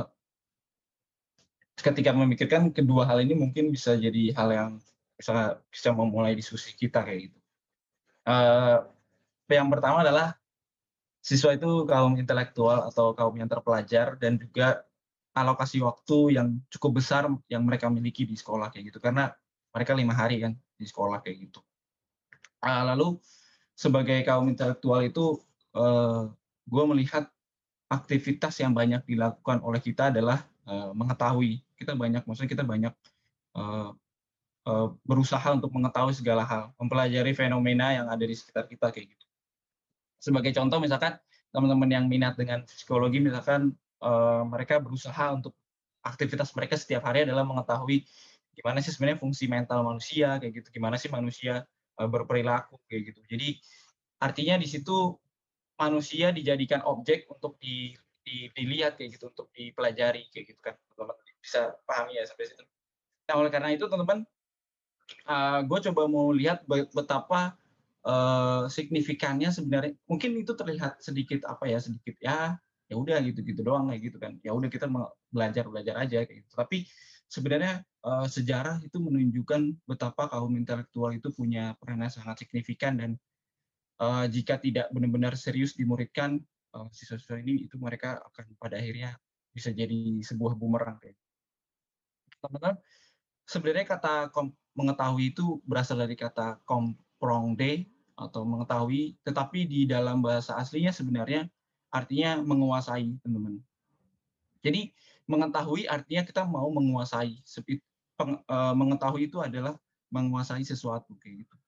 ketika memikirkan kedua hal ini mungkin bisa jadi hal yang bisa bisa memulai diskusi kita kayak gitu. Uh, yang pertama adalah siswa itu kaum intelektual atau kaum yang terpelajar dan juga alokasi waktu yang cukup besar yang mereka miliki di sekolah kayak gitu, karena mereka lima hari kan di sekolah kayak gitu. Uh, lalu sebagai kaum intelektual itu uh, gue melihat aktivitas yang banyak dilakukan oleh kita adalah uh, mengetahui. Kita banyak, maksudnya kita banyak uh, uh, berusaha untuk mengetahui segala hal, mempelajari fenomena yang ada di sekitar kita kayak gitu. Sebagai contoh, misalkan teman-teman yang minat dengan psikologi, misalkan uh, mereka berusaha untuk aktivitas mereka setiap hari adalah mengetahui gimana sih sebenarnya fungsi mental manusia kayak gitu, gimana sih manusia uh, berperilaku kayak gitu. Jadi artinya di situ manusia dijadikan objek untuk di, di, dilihat kayak gitu, untuk dipelajari kayak gitu kan, teman-teman bisa pahami ya sampai situ. Nah oleh karena itu teman-teman, uh, gue coba mau lihat betapa uh, signifikannya sebenarnya. Mungkin itu terlihat sedikit apa ya, sedikit ya ya udah gitu-gitu doang kayak gitu kan. Ya udah kita belajar belajar aja kayak gitu. Tapi sebenarnya uh, sejarah itu menunjukkan betapa kaum intelektual itu punya peran yang sangat signifikan, dan Uh, jika tidak benar-benar serius dimuridkan uh, siswa-siswa ini, itu mereka akan pada akhirnya bisa jadi sebuah bumerang. Teman-teman, sebenarnya kata mengetahui itu berasal dari kata comprendre atau mengetahui, tetapi di dalam bahasa aslinya sebenarnya artinya menguasai, teman-teman. Jadi mengetahui artinya kita mau menguasai. Mengetahui itu adalah menguasai sesuatu kayak gitu.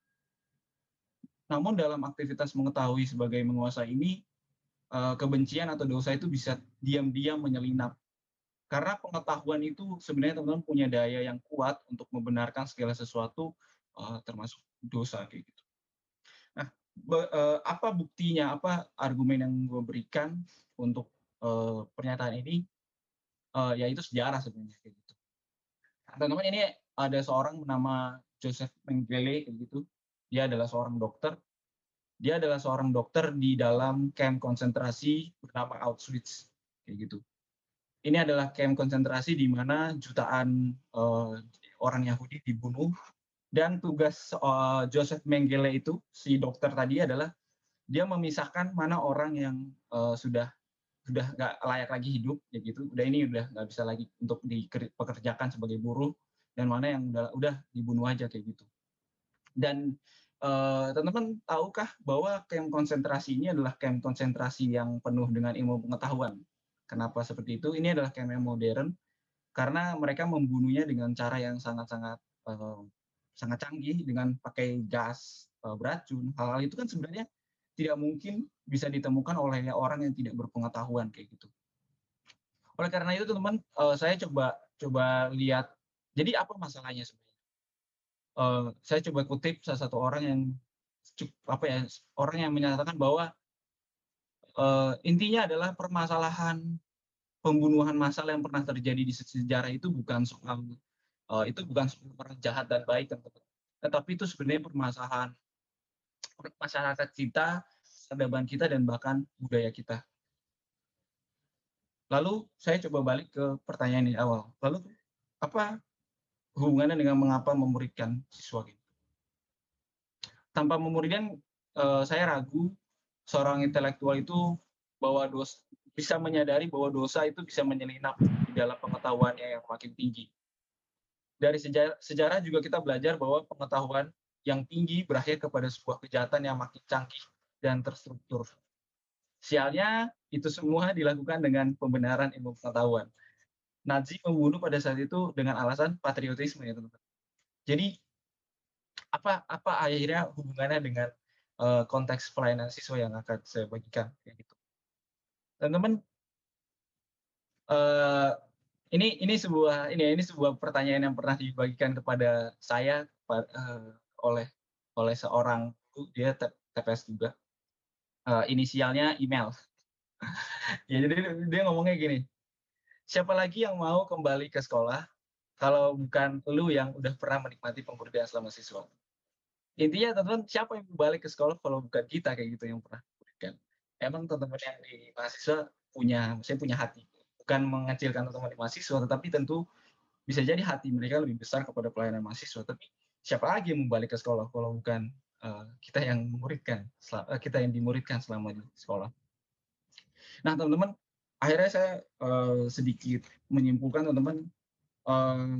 Namun dalam aktivitas mengetahui sebagai menguasai ini, kebencian atau dosa itu bisa diam-diam menyelinap. Karena pengetahuan itu sebenarnya teman-teman punya daya yang kuat untuk membenarkan segala sesuatu, termasuk dosa kayak gitu. Nah, apa buktinya, apa argumen yang gue berikan untuk uh, pernyataan ini, uh, yaitu sejarah sebenarnya kayak gitu. Teman-teman, ini ada seorang bernama Joseph Mengele kayak gitu. Dia adalah seorang dokter. Dia adalah seorang dokter di dalam kamp konsentrasi bernama Auschwitz kayak gitu. Ini adalah kamp konsentrasi di mana jutaan uh, orang Yahudi dibunuh, dan tugas uh, Joseph Mengele itu, si dokter tadi, adalah dia memisahkan mana orang yang uh, sudah sudah nggak layak lagi hidup, ya gitu. Udah ini udah nggak bisa lagi untuk dipekerjakan sebagai buruh, dan mana yang udah udah dibunuh aja kayak gitu. Dan uh, teman-teman tahukah bahwa kamp konsentrasi ini adalah kamp konsentrasi yang penuh dengan ilmu pengetahuan? Kenapa seperti itu? Ini adalah kamp yang modern karena mereka membunuhnya dengan cara yang sangat-sangat uh, sangat canggih, dengan pakai gas uh, beracun. Hal-hal itu kan sebenarnya tidak mungkin bisa ditemukan oleh orang yang tidak berpengetahuan kayak gitu. Oleh karena itu teman-teman, uh, saya coba coba lihat. Jadi apa masalahnya sebenarnya? Uh, saya coba kutip salah satu orang yang apa ya orang yang menyatakan bahwa uh, intinya adalah permasalahan pembunuhan massal yang pernah terjadi di sejarah itu bukan soal uh, itu bukan soal orang jahat dan baik, teman-teman. Tetapi itu sebenarnya permasalahan masyarakat kita, peradaban kita, dan bahkan budaya kita. Lalu saya coba balik ke pertanyaan di awal. Lalu apa hubungannya dengan mengapa memuridkan siswa gitu? Tanpa memuridkan, uh, saya ragu seorang intelektual itu bahwa dosa, bisa menyadari bahwa dosa itu bisa menyelinap di dalam pengetahuannya yang makin tinggi. Dari sejarah, sejarah juga kita belajar bahwa pengetahuan yang tinggi berakhir kepada sebuah kejahatan yang makin canggih dan terstruktur. Sialnya, itu semua dilakukan dengan pembenaran ilmu pengetahuan. Nazi membunuh pada saat itu dengan alasan patriotisme, ya teman-teman. Jadi apa apa akhirnya hubungannya dengan uh, konteks pelayanan siswa yang akan saya bagikan kayak gitu. Teman-teman, uh, ini ini sebuah ini ini sebuah pertanyaan yang pernah dibagikan kepada saya uh, oleh oleh seorang guru, dia T P S juga. Uh, inisialnya email. Ya, jadi dia ngomongnya gini, siapa lagi yang mau kembali ke sekolah kalau bukan lu yang udah pernah menikmati pemberdayaan selama siswa? Intinya teman-teman, siapa yang balik ke sekolah kalau bukan kita kayak gitu yang pernah memberikan. Emang teman-teman yang di mahasiswa punya, saya punya hati. Bukan mengecilkan teman-teman di mahasiswa, tetapi tentu bisa jadi hati mereka lebih besar kepada pelayanan mahasiswa. Tapi siapa lagi yang balik ke sekolah kalau bukan uh, kita yang memuridkan, uh, kita yang dimuridkan selama di sekolah. Nah teman-teman, akhirnya saya uh, sedikit menyimpulkan teman-teman, uh,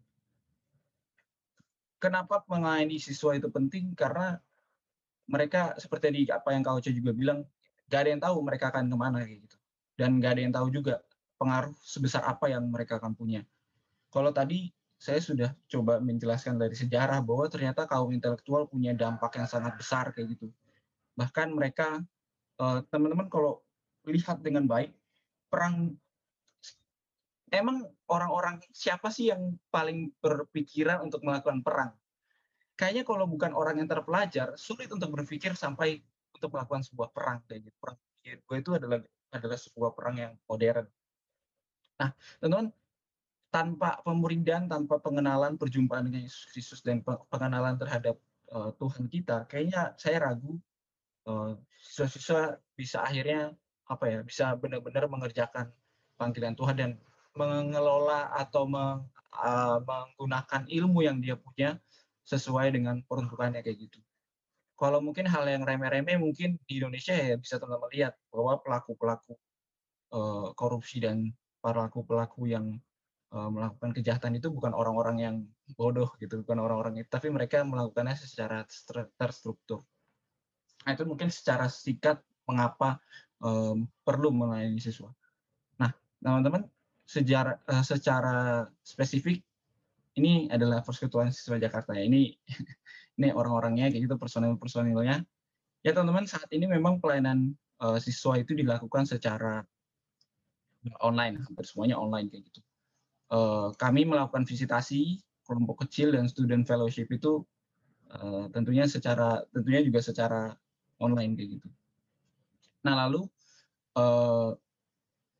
kenapa melayani siswa itu penting, karena mereka seperti di apa yang Kak Oce juga bilang, gak ada yang tahu mereka akan kemana kayak gitu. Dan gak ada yang tahu juga pengaruh sebesar apa yang mereka akan punya. Kalau tadi saya sudah coba menjelaskan dari sejarah bahwa ternyata kaum intelektual punya dampak yang sangat besar kayak gitu. Bahkan mereka, teman-teman kalau lihat dengan baik, perang, emang orang-orang siapa sih yang paling berpikiran untuk melakukan perang? Kayaknya kalau bukan orang yang terpelajar, sulit untuk berpikir sampai untuk melakukan sebuah perang kayak gitu. Perang gue itu adalah adalah sebuah perang yang modern. Nah, teman-teman, tanpa pemuridan, tanpa pengenalan, perjumpaan dengan Yesus Kristus dan pengenalan terhadap uh, Tuhan kita, kayaknya saya ragu uh, siswa-siswa bisa akhirnya apa ya, bisa benar-benar mengerjakan panggilan Tuhan dan mengelola atau meng, uh, menggunakan ilmu yang dia punya sesuai dengan peruntukannya kayak gitu. Kalau mungkin hal yang remeh-remeh mungkin di Indonesia ya bisa teman-teman lihat bahwa pelaku-pelaku uh, korupsi dan pelaku-pelaku yang uh, melakukan kejahatan itu bukan orang-orang yang bodoh gitu, bukan orang-orang itu, tapi mereka melakukannya secara terstruktur. Nah, itu mungkin secara singkat mengapa um, perlu melayani siswa. Nah, teman-teman, sejarah uh, secara spesifik ini adalah Persekutuan Siswa Jakarta ya. Ini ini orang-orangnya kayak gitu, personil-personilnya. Ya teman-teman, saat ini memang pelayanan uh, siswa itu dilakukan secara online, hampir semuanya online kayak gitu. Uh, kami melakukan visitasi kelompok kecil dan student fellowship itu uh, tentunya secara tentunya juga secara online kayak gitu. Nah lalu uh,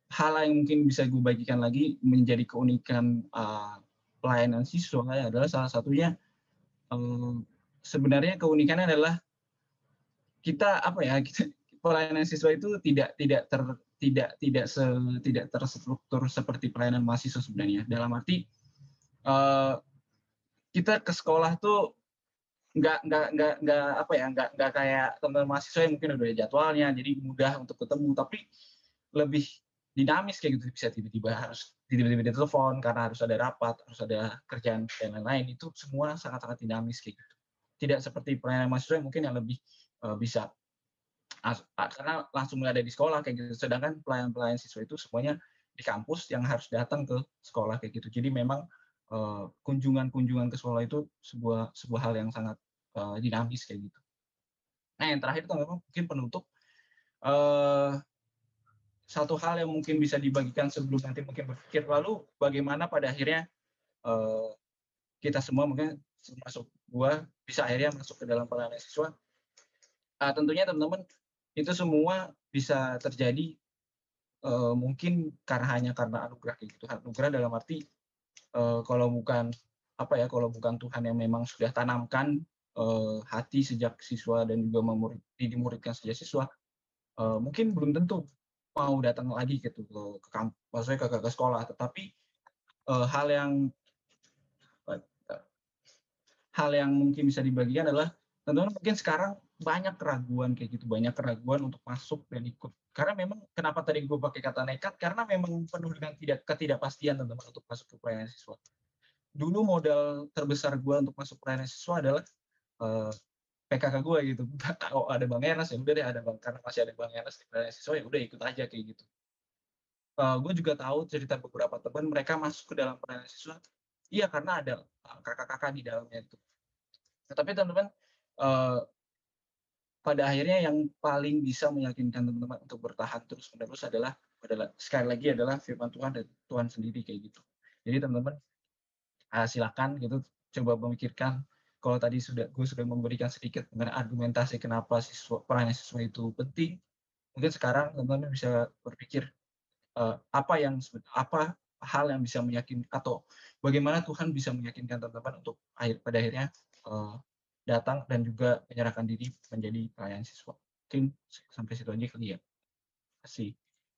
hal yang mungkin bisa gue bagikan lagi menjadi keunikan uh, pelayanan siswa ya adalah salah satunya um, sebenarnya keunikannya adalah kita apa ya kita, pelayanan siswa itu tidak tidak ter tidak tidak se, tidak terstruktur seperti pelayanan mahasiswa sebenarnya. Dalam arti uh, kita ke sekolah tuh nggak nggak nggak nggak apa ya nggak nggak kayak teman-teman mahasiswa yang mungkin udah ada jadwalnya jadi mudah untuk ketemu, tapi lebih dinamis kayak gitu, bisa tiba-tiba harus tiba-tiba ditelepon karena harus ada rapat, harus ada kerjaan dan lain-lain. Itu semua sangat-sangat dinamis kayak gitu. Tidak seperti pelayanan mahasiswa yang mungkin yang lebih uh, bisa as, karena langsung ada di sekolah kayak gitu. Sedangkan pelayan-pelayan siswa itu semuanya di kampus yang harus datang ke sekolah kayak gitu. Jadi memang uh, kunjungan-kunjungan ke sekolah itu sebuah sebuah hal yang sangat uh, dinamis kayak gitu. Nah, yang terakhir itu memang mungkin penutup uh, satu hal yang mungkin bisa dibagikan sebelum nanti mungkin berpikir lalu bagaimana pada akhirnya uh, kita semua mungkin termasuk gua bisa akhirnya masuk ke dalam pelayanan siswa. Uh, tentunya teman-teman itu semua bisa terjadi uh, mungkin karena hanya karena anugerah kayak gitu. Anugerah dalam arti uh, kalau bukan apa ya kalau bukan Tuhan yang memang sudah tanamkan uh, hati sejak siswa dan juga memurid, dimuridkan sejak siswa, uh, mungkin belum tentu mau datang lagi gitu ke, ke kampus, maksudnya ke, ke, ke sekolah. Tetapi uh, hal yang uh, hal yang mungkin bisa dibagikan adalah teman-teman mungkin sekarang banyak keraguan kayak gitu, banyak keraguan untuk masuk dan ikut. Karena memang kenapa tadi gue pakai kata nekat, karena memang penuh dengan tidak ketidakpastian teman-teman untuk masuk ke pelayanan siswa. Dulu modal terbesar gue untuk masuk pelayanan siswa adalah uh, P K K gue gitu. Kalau ada Bang Ernest ya udah deh, ada Bang, karena masih ada Bang Ernest di pelayanan siswa ya udah ikut aja kayak gitu. Uh, gue juga tahu cerita beberapa teman mereka masuk ke dalam pelayanan siswa, iya karena ada kakak-kakak di dalamnya itu. Nah, tapi teman-teman, uh, pada akhirnya yang paling bisa meyakinkan teman-teman untuk bertahan terus-menerus adalah, adalah sekali lagi adalah firman Tuhan dan Tuhan sendiri kayak gitu. Jadi teman-teman, uh, silakan gitu coba memikirkan. Kalau tadi sudah gue sudah memberikan sedikit mengenai argumentasi kenapa siswa pelayanan siswa itu penting, mungkin sekarang teman-teman bisa berpikir Uh, apa yang apa hal yang bisa meyakinkan atau bagaimana Tuhan bisa meyakinkan teman-teman untuk akhir pada akhirnya uh, datang dan juga menyerahkan diri menjadi pelayan siswa. Mungkin sampai situ aja kali ya. Terima kasih.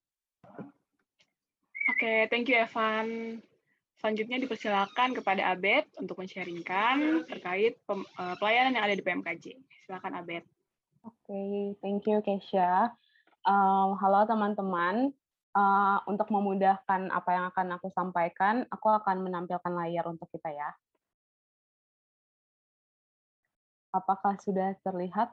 Oke, okay, thank you Evan. Selanjutnya dipersilakan kepada Abed untuk men-sharingkan terkait pem, uh, pelayanan yang ada di P M K J. Silakan Abed. Oke, okay, thank you Keisha. Um, halo teman-teman. Uh, untuk memudahkan apa yang akan aku sampaikan, aku akan menampilkan layar untuk kita ya. Apakah sudah terlihat?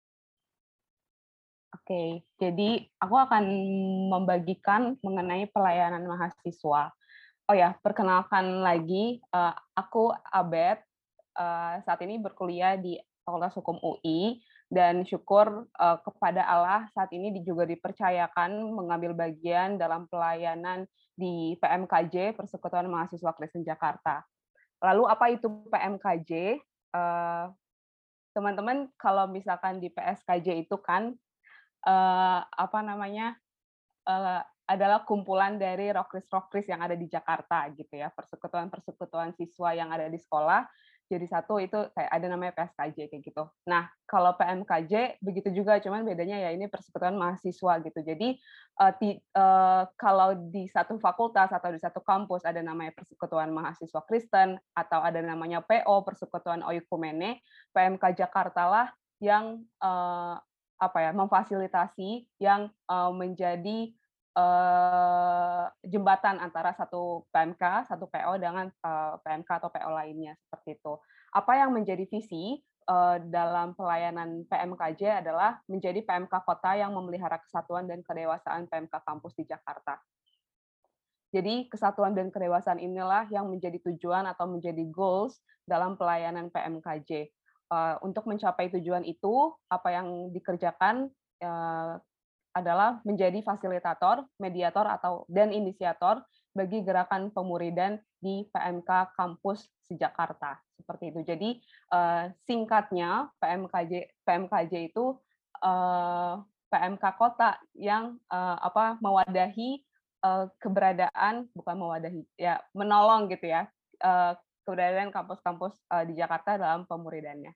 Oke, okay, jadi aku akan membagikan mengenai pelayanan mahasiswa. Oh ya, perkenalkan lagi, uh, aku Abed, uh, saat ini berkuliah di Fakultas Hukum U I, dan syukur uh, kepada Allah saat ini juga dipercayakan mengambil bagian dalam pelayanan di P M K J, Persekutuan Mahasiswa Kristen Jakarta. Lalu apa itu P M K J? Uh, teman-teman, kalau misalkan di P S K J itu kan, uh, apa namanya, uh, adalah kumpulan dari rokris-rokris yang ada di Jakarta gitu ya, persekutuan-persekutuan siswa yang ada di sekolah. Jadi satu itu kayak ada namanya P S K J kayak gitu. Nah, kalau P M K J begitu juga, cuman bedanya ya ini persekutuan mahasiswa gitu. Jadi uh, ti, uh, kalau di satu fakultas atau di satu kampus ada namanya Persekutuan Mahasiswa Kristen atau ada namanya P O, Persekutuan Oikumene, P M K Jakarta lah yang uh, apa ya, memfasilitasi, yang uh, menjadi Uh, jembatan antara satu P M K, satu P O dengan uh, P M K atau P O lainnya, seperti itu. Apa yang menjadi visi uh, dalam pelayanan P M K J adalah menjadi P M K kota yang memelihara kesatuan dan kedewasaan P M K kampus di Jakarta. Jadi kesatuan dan kedewasaan inilah yang menjadi tujuan atau menjadi goals dalam pelayanan P M K J. Uh, untuk mencapai tujuan itu, apa yang dikerjakan uh, adalah menjadi fasilitator, mediator atau dan inisiator bagi gerakan pemuridan di P M K kampus Jakarta, seperti itu. Jadi uh, singkatnya P M K J P M K J itu uh, P M K kota yang uh, apa mewadahi uh, keberadaan bukan mewadahi ya menolong gitu ya uh, keberadaan kampus-kampus uh, di Jakarta dalam pemuridannya.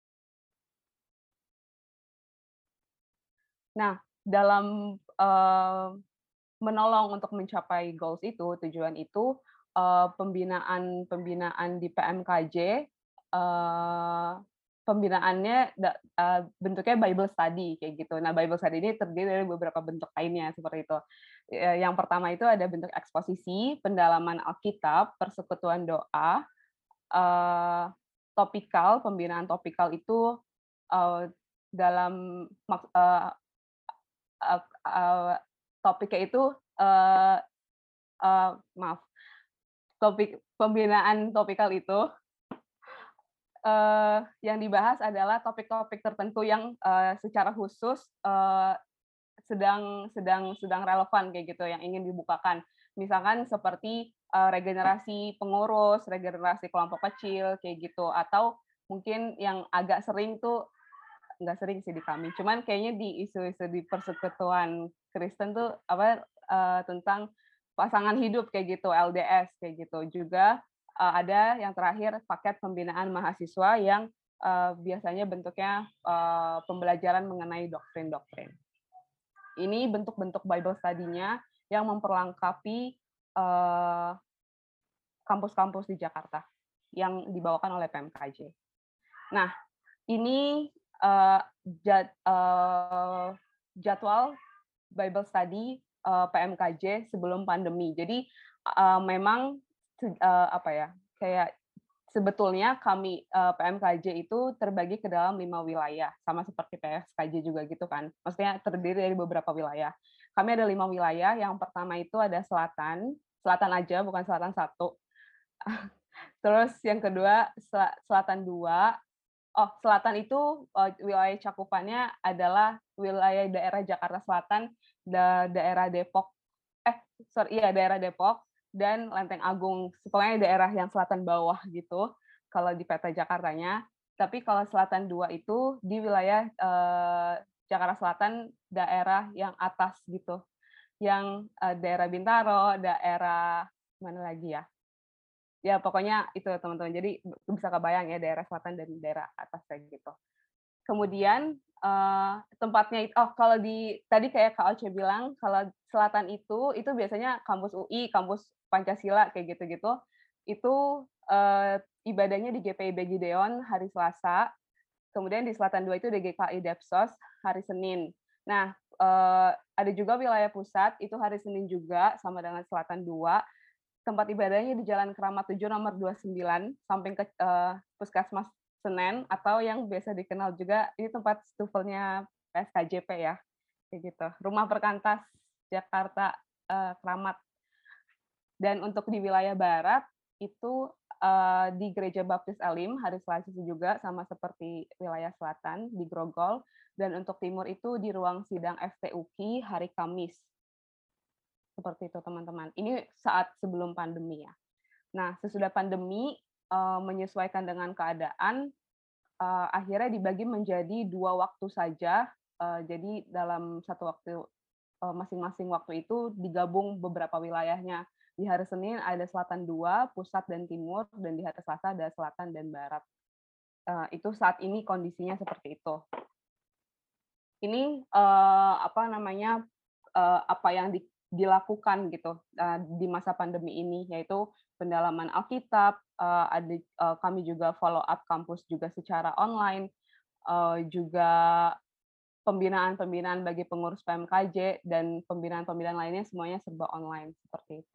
Nah, dalam uh, menolong untuk mencapai goals itu, tujuan itu, uh, pembinaan pembinaan di P M K J, uh, pembinaannya da, uh, bentuknya Bible study kayak gitu. Nah, Bible study ini terdiri dari beberapa bentuk lainnya seperti itu. Yang pertama itu ada bentuk eksposisi, pendalaman Alkitab, persekutuan doa, uh, topikal, pembinaan topikal itu uh, dalam uh, uh, uh, topiknya itu uh, uh, maaf topik pembinaan topikal itu uh, yang dibahas adalah topik-topik tertentu yang uh, secara khusus uh, sedang sedang sedang relevan kayak gitu yang ingin dibukakan. Misalkan seperti uh, regenerasi pengurus, regenerasi kelompok kecil kayak gitu, atau mungkin yang agak sering tuh nggak sering sih di kami, cuman kayaknya di isu-isu di persekutuan Kristen tuh apa uh, tentang pasangan hidup kayak gitu, L D S kayak gitu. Juga uh, ada yang terakhir paket pembinaan mahasiswa yang uh, biasanya bentuknya uh, pembelajaran mengenai doktrin-doktrin. Ini bentuk-bentuk Bible study-nya yang memperlengkapi uh, kampus-kampus di Jakarta yang dibawakan oleh P M K J. Nah, ini uh, jad, uh, jadwal Bible study uh, P M K J sebelum pandemi. Jadi uh, memang uh, apa ya, kayak sebetulnya kami uh, P M K J itu terbagi ke dalam lima wilayah, sama seperti P S K J juga gitu kan. Maksudnya terdiri dari beberapa wilayah. Kami ada lima wilayah. Yang pertama itu ada selatan, selatan aja, bukan selatan satu. Terus yang kedua selatan dua. Oh, selatan itu uh, wilayah cakupannya adalah wilayah daerah Jakarta Selatan, da daerah Depok, eh sorry iya daerah Depok dan Lenteng Agung, pokoknya daerah yang selatan bawah gitu kalau di peta Jakartanya. Tapi kalau selatan dua itu di wilayah uh, Jakarta Selatan daerah yang atas gitu, yang uh, daerah Bintaro, daerah mana lagi ya? Ya pokoknya itu teman-teman, jadi bisa kebayang ya daerah selatan dan daerah atas kayak gitu. Kemudian uh, tempatnya itu, oh kalau di tadi kayak Kak Oce bilang kalau selatan itu itu biasanya kampus U I, kampus Pancasila kayak gitu-gitu, itu uh, ibadahnya di G P I B Gideon hari Selasa, kemudian di selatan dua itu D G K I Depsos hari Senin. Nah uh, ada juga wilayah pusat itu hari Senin juga sama dengan selatan dua. Tempat ibadahnya di Jalan Keramat tujuh nomor dua puluh sembilan samping ke uh, Puskesmas Senen, atau yang biasa dikenal juga ini tempat stufelnya P S K J P ya, kayak gitu. Rumah Perkantas Jakarta uh, Keramat. Dan untuk di wilayah barat itu uh, di Gereja Baptis Elim hari Selasa juga sama seperti wilayah selatan di Grogol, dan untuk timur itu di ruang sidang F T U K I hari Kamis. Seperti itu teman-teman. Ini saat sebelum pandemi ya. Nah, sesudah pandemi, uh, menyesuaikan dengan keadaan, uh, akhirnya dibagi menjadi dua waktu saja. Uh, jadi dalam satu waktu, uh, masing-masing waktu itu digabung beberapa wilayahnya. Di hari Senin ada selatan dua, pusat dan timur, dan di hari Selasa ada selatan dan barat. Uh, itu saat ini kondisinya seperti itu. Ini uh, apa namanya, uh, apa yang di dilakukan gitu uh, di masa pandemi ini, yaitu pendalaman Alkitab, uh, ada uh, kami juga follow up kampus juga secara online, uh, juga pembinaan-pembinaan bagi pengurus P M K J dan pembinaan-pembinaan lainnya semuanya serba online seperti itu.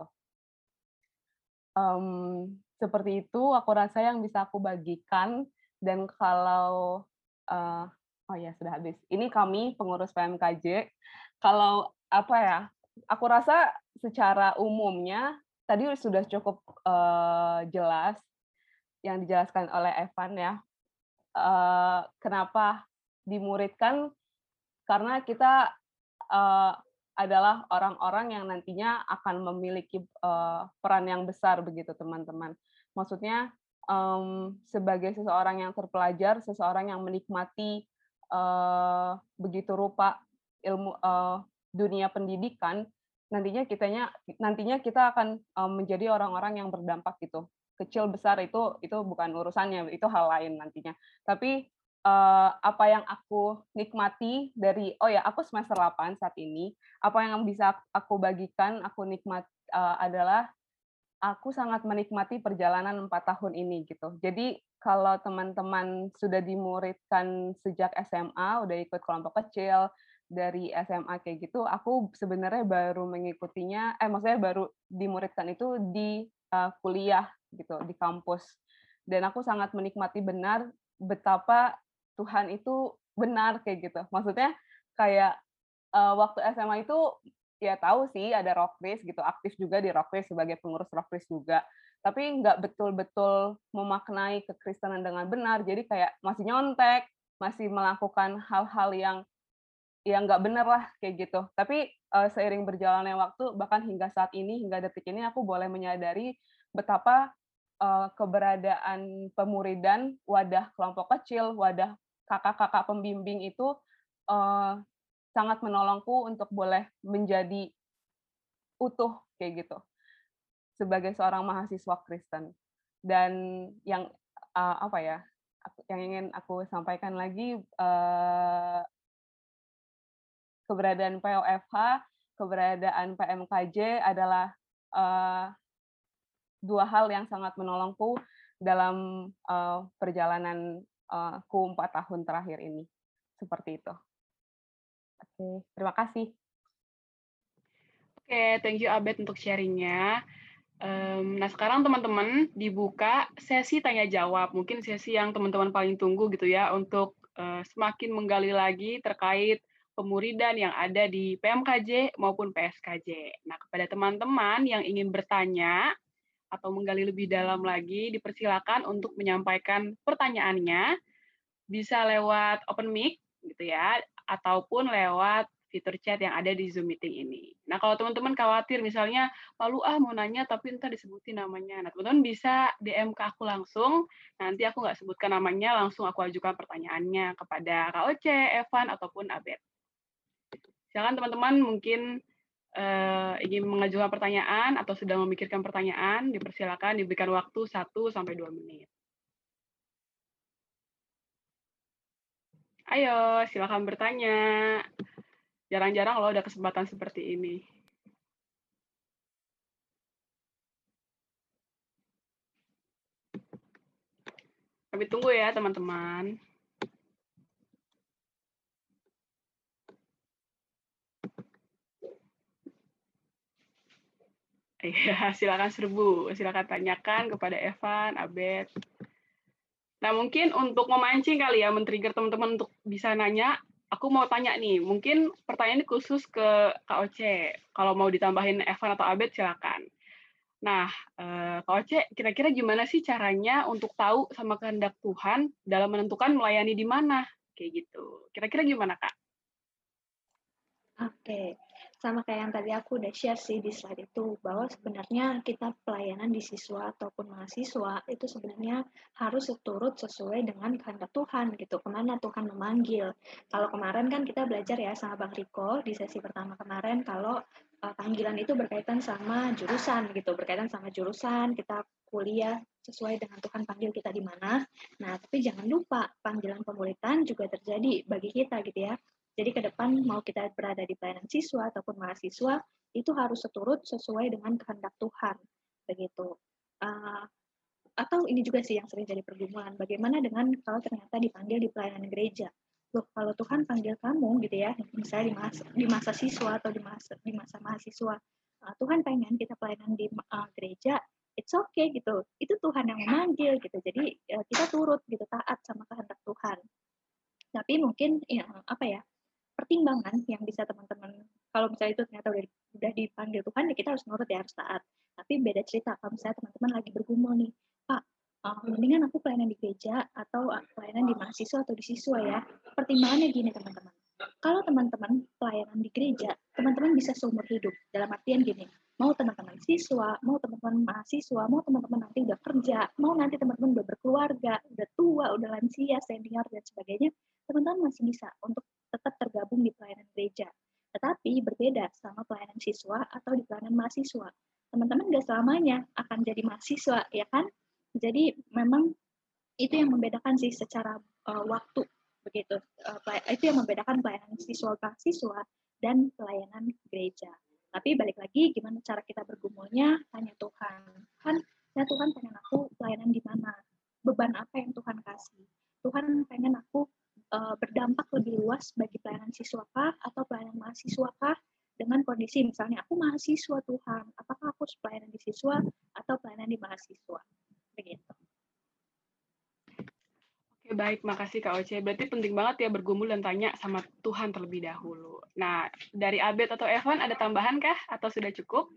Um, seperti itu aku rasa yang bisa aku bagikan. Dan kalau uh, oh ya sudah habis. Ini kami pengurus P M K J. Kalau apa ya? Aku rasa secara umumnya tadi sudah cukup uh, jelas yang dijelaskan oleh Evan ya. Uh, kenapa dimuridkan? Karena kita uh, adalah orang-orang yang nantinya akan memiliki uh, peran yang besar begitu teman-teman. Maksudnya um, sebagai seseorang yang terpelajar, seseorang yang menikmati uh, begitu rupa ilmu uh, dunia pendidikan, nantinya kitanya nantinya kita akan um, menjadi orang-orang yang berdampak gitu. Kecil besar itu itu bukan urusannya, itu hal lain nantinya. Tapi uh, apa yang aku nikmati dari oh ya aku semester delapan saat ini, apa yang bisa aku bagikan, aku nikmat uh, adalah aku sangat menikmati perjalanan empat tahun ini gitu. Jadi kalau teman-teman sudah dimuridkan sejak S M A, udah ikut kelompok kecil, dari S M A kayak gitu, aku sebenarnya baru mengikutinya, eh maksudnya baru dimuridkan itu di uh, kuliah gitu, di kampus. Dan aku sangat menikmati benar betapa Tuhan itu benar kayak gitu. Maksudnya kayak uh, waktu S M A itu ya tahu sih ada rock race gitu, aktif juga di rock race sebagai pengurus rock race juga. Tapi nggak betul-betul memaknai kekristenan dengan benar. Jadi kayak masih nyontek, masih melakukan hal-hal yang ya nggak benar lah kayak gitu. Tapi uh, seiring berjalannya waktu, bahkan hingga saat ini, hingga detik ini, aku boleh menyadari betapa uh, keberadaan pemuridan, wadah kelompok kecil, wadah kakak-kakak pembimbing itu uh, sangat menolongku untuk boleh menjadi utuh kayak gitu sebagai seorang mahasiswa Kristen. Dan yang uh, apa ya? Yang ingin aku sampaikan lagi uh, keberadaan P O F H, keberadaan P M K J adalah uh, dua hal yang sangat menolongku dalam uh, perjalanan uh, ku empat tahun terakhir ini. Seperti itu. Oke, terima kasih. Oke, thank you Abed untuk sharing-nya. Um, nah, sekarang teman-teman dibuka sesi tanya-jawab. Mungkin sesi yang teman-teman paling tunggu gitu ya, untuk uh, semakin menggali lagi terkait pemuridan yang ada di P M K J maupun P S K J. Nah, kepada teman-teman yang ingin bertanya atau menggali lebih dalam lagi, dipersilakan untuk menyampaikan pertanyaannya, bisa lewat open mic gitu ya, ataupun lewat fitur chat yang ada di Zoom meeting ini. Nah, kalau teman-teman khawatir misalnya malu ah mau nanya tapi ntar disebutin namanya. Nah, teman-teman bisa D M ke aku langsung, nanti aku nggak sebutkan namanya, langsung aku ajukan pertanyaannya kepada Kak Oce, Evan, ataupun Abed. Silakan teman-teman mungkin uh, ingin mengajukan pertanyaan atau sedang memikirkan pertanyaan, dipersilakan diberikan waktu satu sampai dua menit. Ayo, silakan bertanya. Jarang-jarang loh ada kesempatan seperti ini. Kami tunggu ya, teman-teman. Iya, silakan serbu. Silakan tanyakan kepada Evan, Abed. Nah, mungkin untuk memancing kali ya, men-trigger teman-teman untuk bisa nanya, aku mau tanya nih, mungkin pertanyaan ini khusus ke Kak Oce. Kalau mau ditambahin Evan atau Abed, silakan. Nah, eh, Kak Oce, kira-kira gimana sih caranya untuk tahu sama kehendak Tuhan dalam menentukan melayani di mana? Kayak gitu. Kira-kira gimana, Kak? Oke, sama kayak yang tadi aku udah share sih di slide itu, bahwa sebenarnya kita pelayanan di siswa ataupun mahasiswa itu sebenarnya harus seturut sesuai dengan kehendak Tuhan gitu, kemana Tuhan memanggil. Kalau kemarin kan kita belajar ya sama Bang Riko di sesi pertama kemarin, kalau uh, panggilan itu berkaitan sama jurusan gitu, berkaitan sama jurusan, kita kuliah sesuai dengan Tuhan panggil kita di mana. Nah, tapi jangan lupa panggilan pemuridan juga terjadi bagi kita gitu ya. Jadi ke depan mau kita berada di pelayanan siswa ataupun mahasiswa, itu harus seturut sesuai dengan kehendak Tuhan. Begitu. Uh, atau ini juga sih yang sering jadi pergumulan. Bagaimana dengan kalau ternyata dipanggil di pelayanan gereja? Loh, kalau Tuhan panggil kamu gitu ya, misalnya di masa, di masa siswa atau di masa, di masa mahasiswa, uh, Tuhan pengen kita pelayanan di uh, gereja, it's okay gitu. Itu Tuhan yang memanggil gitu. Jadi uh, kita turut gitu, taat sama kehendak Tuhan. Tapi mungkin ya, apa ya? pertimbangan yang bisa teman-teman, kalau misalnya itu ternyata udah, udah dipanggil Tuhan, ya kita harus nurut ya, harus taat. Tapi beda cerita kalau misalnya teman-teman lagi bergumul nih, Pak, uh, mendingan aku pelayanan di gereja atau uh, pelayanan di mahasiswa atau di siswa ya. Pertimbangannya gini teman-teman, kalau teman-teman pelayanan di gereja, teman-teman bisa seumur hidup. Dalam artian gini, mau teman-teman siswa, mau teman-teman mahasiswa, mau teman-teman nanti udah kerja, mau nanti teman-teman udah berkeluarga, udah tua, udah lansia, senior, dan sebagainya, teman-teman masih bisa untuk tetap tergabung di pelayanan gereja. Tetapi berbeda sama pelayanan siswa atau di pelayanan mahasiswa. Teman-teman nggak selamanya akan jadi mahasiswa, ya kan? Jadi memang itu yang membedakan sih secara uh, waktu, begitu. Uh, itu yang membedakan pelayanan siswa mahasiswa dan pelayanan gereja. Tapi balik lagi, gimana cara kita bergumulnya? Tanya Tuhan. Kan, ya Tuhan pengen aku pelayanan di mana? Beban apa yang Tuhan kasih? Tuhan pengen aku uh, berdampak lebih luas bagi pelayanan siswakah atau pelayanan mahasiswakah? Dengan kondisi misalnya aku mahasiswa Tuhan, apakah aku pelayanan di siswa atau pelayanan di mahasiswa? Begitu. Oke, baik. Makasih Kak Oce. Berarti penting banget ya bergumul dan tanya sama Tuhan terlebih dahulu. Nah, dari Abed atau Evan ada tambahan kah? Atau sudah cukup?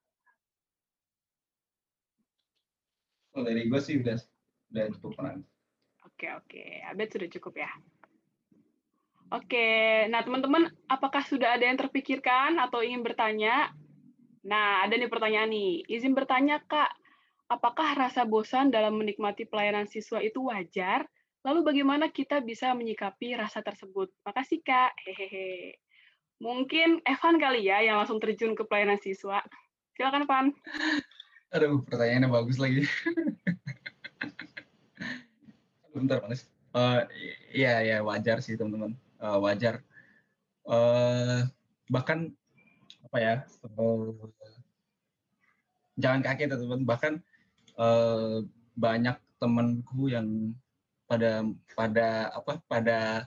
Oh, dari gue sih udah, udah cukup kan. Oke, oke. Abed sudah cukup ya. Oke, nah teman-teman, apakah sudah ada yang terpikirkan atau ingin bertanya? Nah, ada nih pertanyaan nih. Izin bertanya, Kak. Apakah rasa bosan dalam menikmati pelayanan siswa itu wajar? Lalu bagaimana kita bisa menyikapi rasa tersebut? Makasih, Kak. Hehehe. Mungkin Evan kali ya yang langsung terjun ke pelayanan siswa. Silakan, Evan. Aduh, pertanyaannya bagus lagi. Bentar, Mas. Uh, iya, ya wajar sih, teman-teman. Uh, wajar. Uh, bahkan, apa ya, uh, jangan kaget, teman-teman. Bahkan uh, banyak temanku yang pada pada apa pada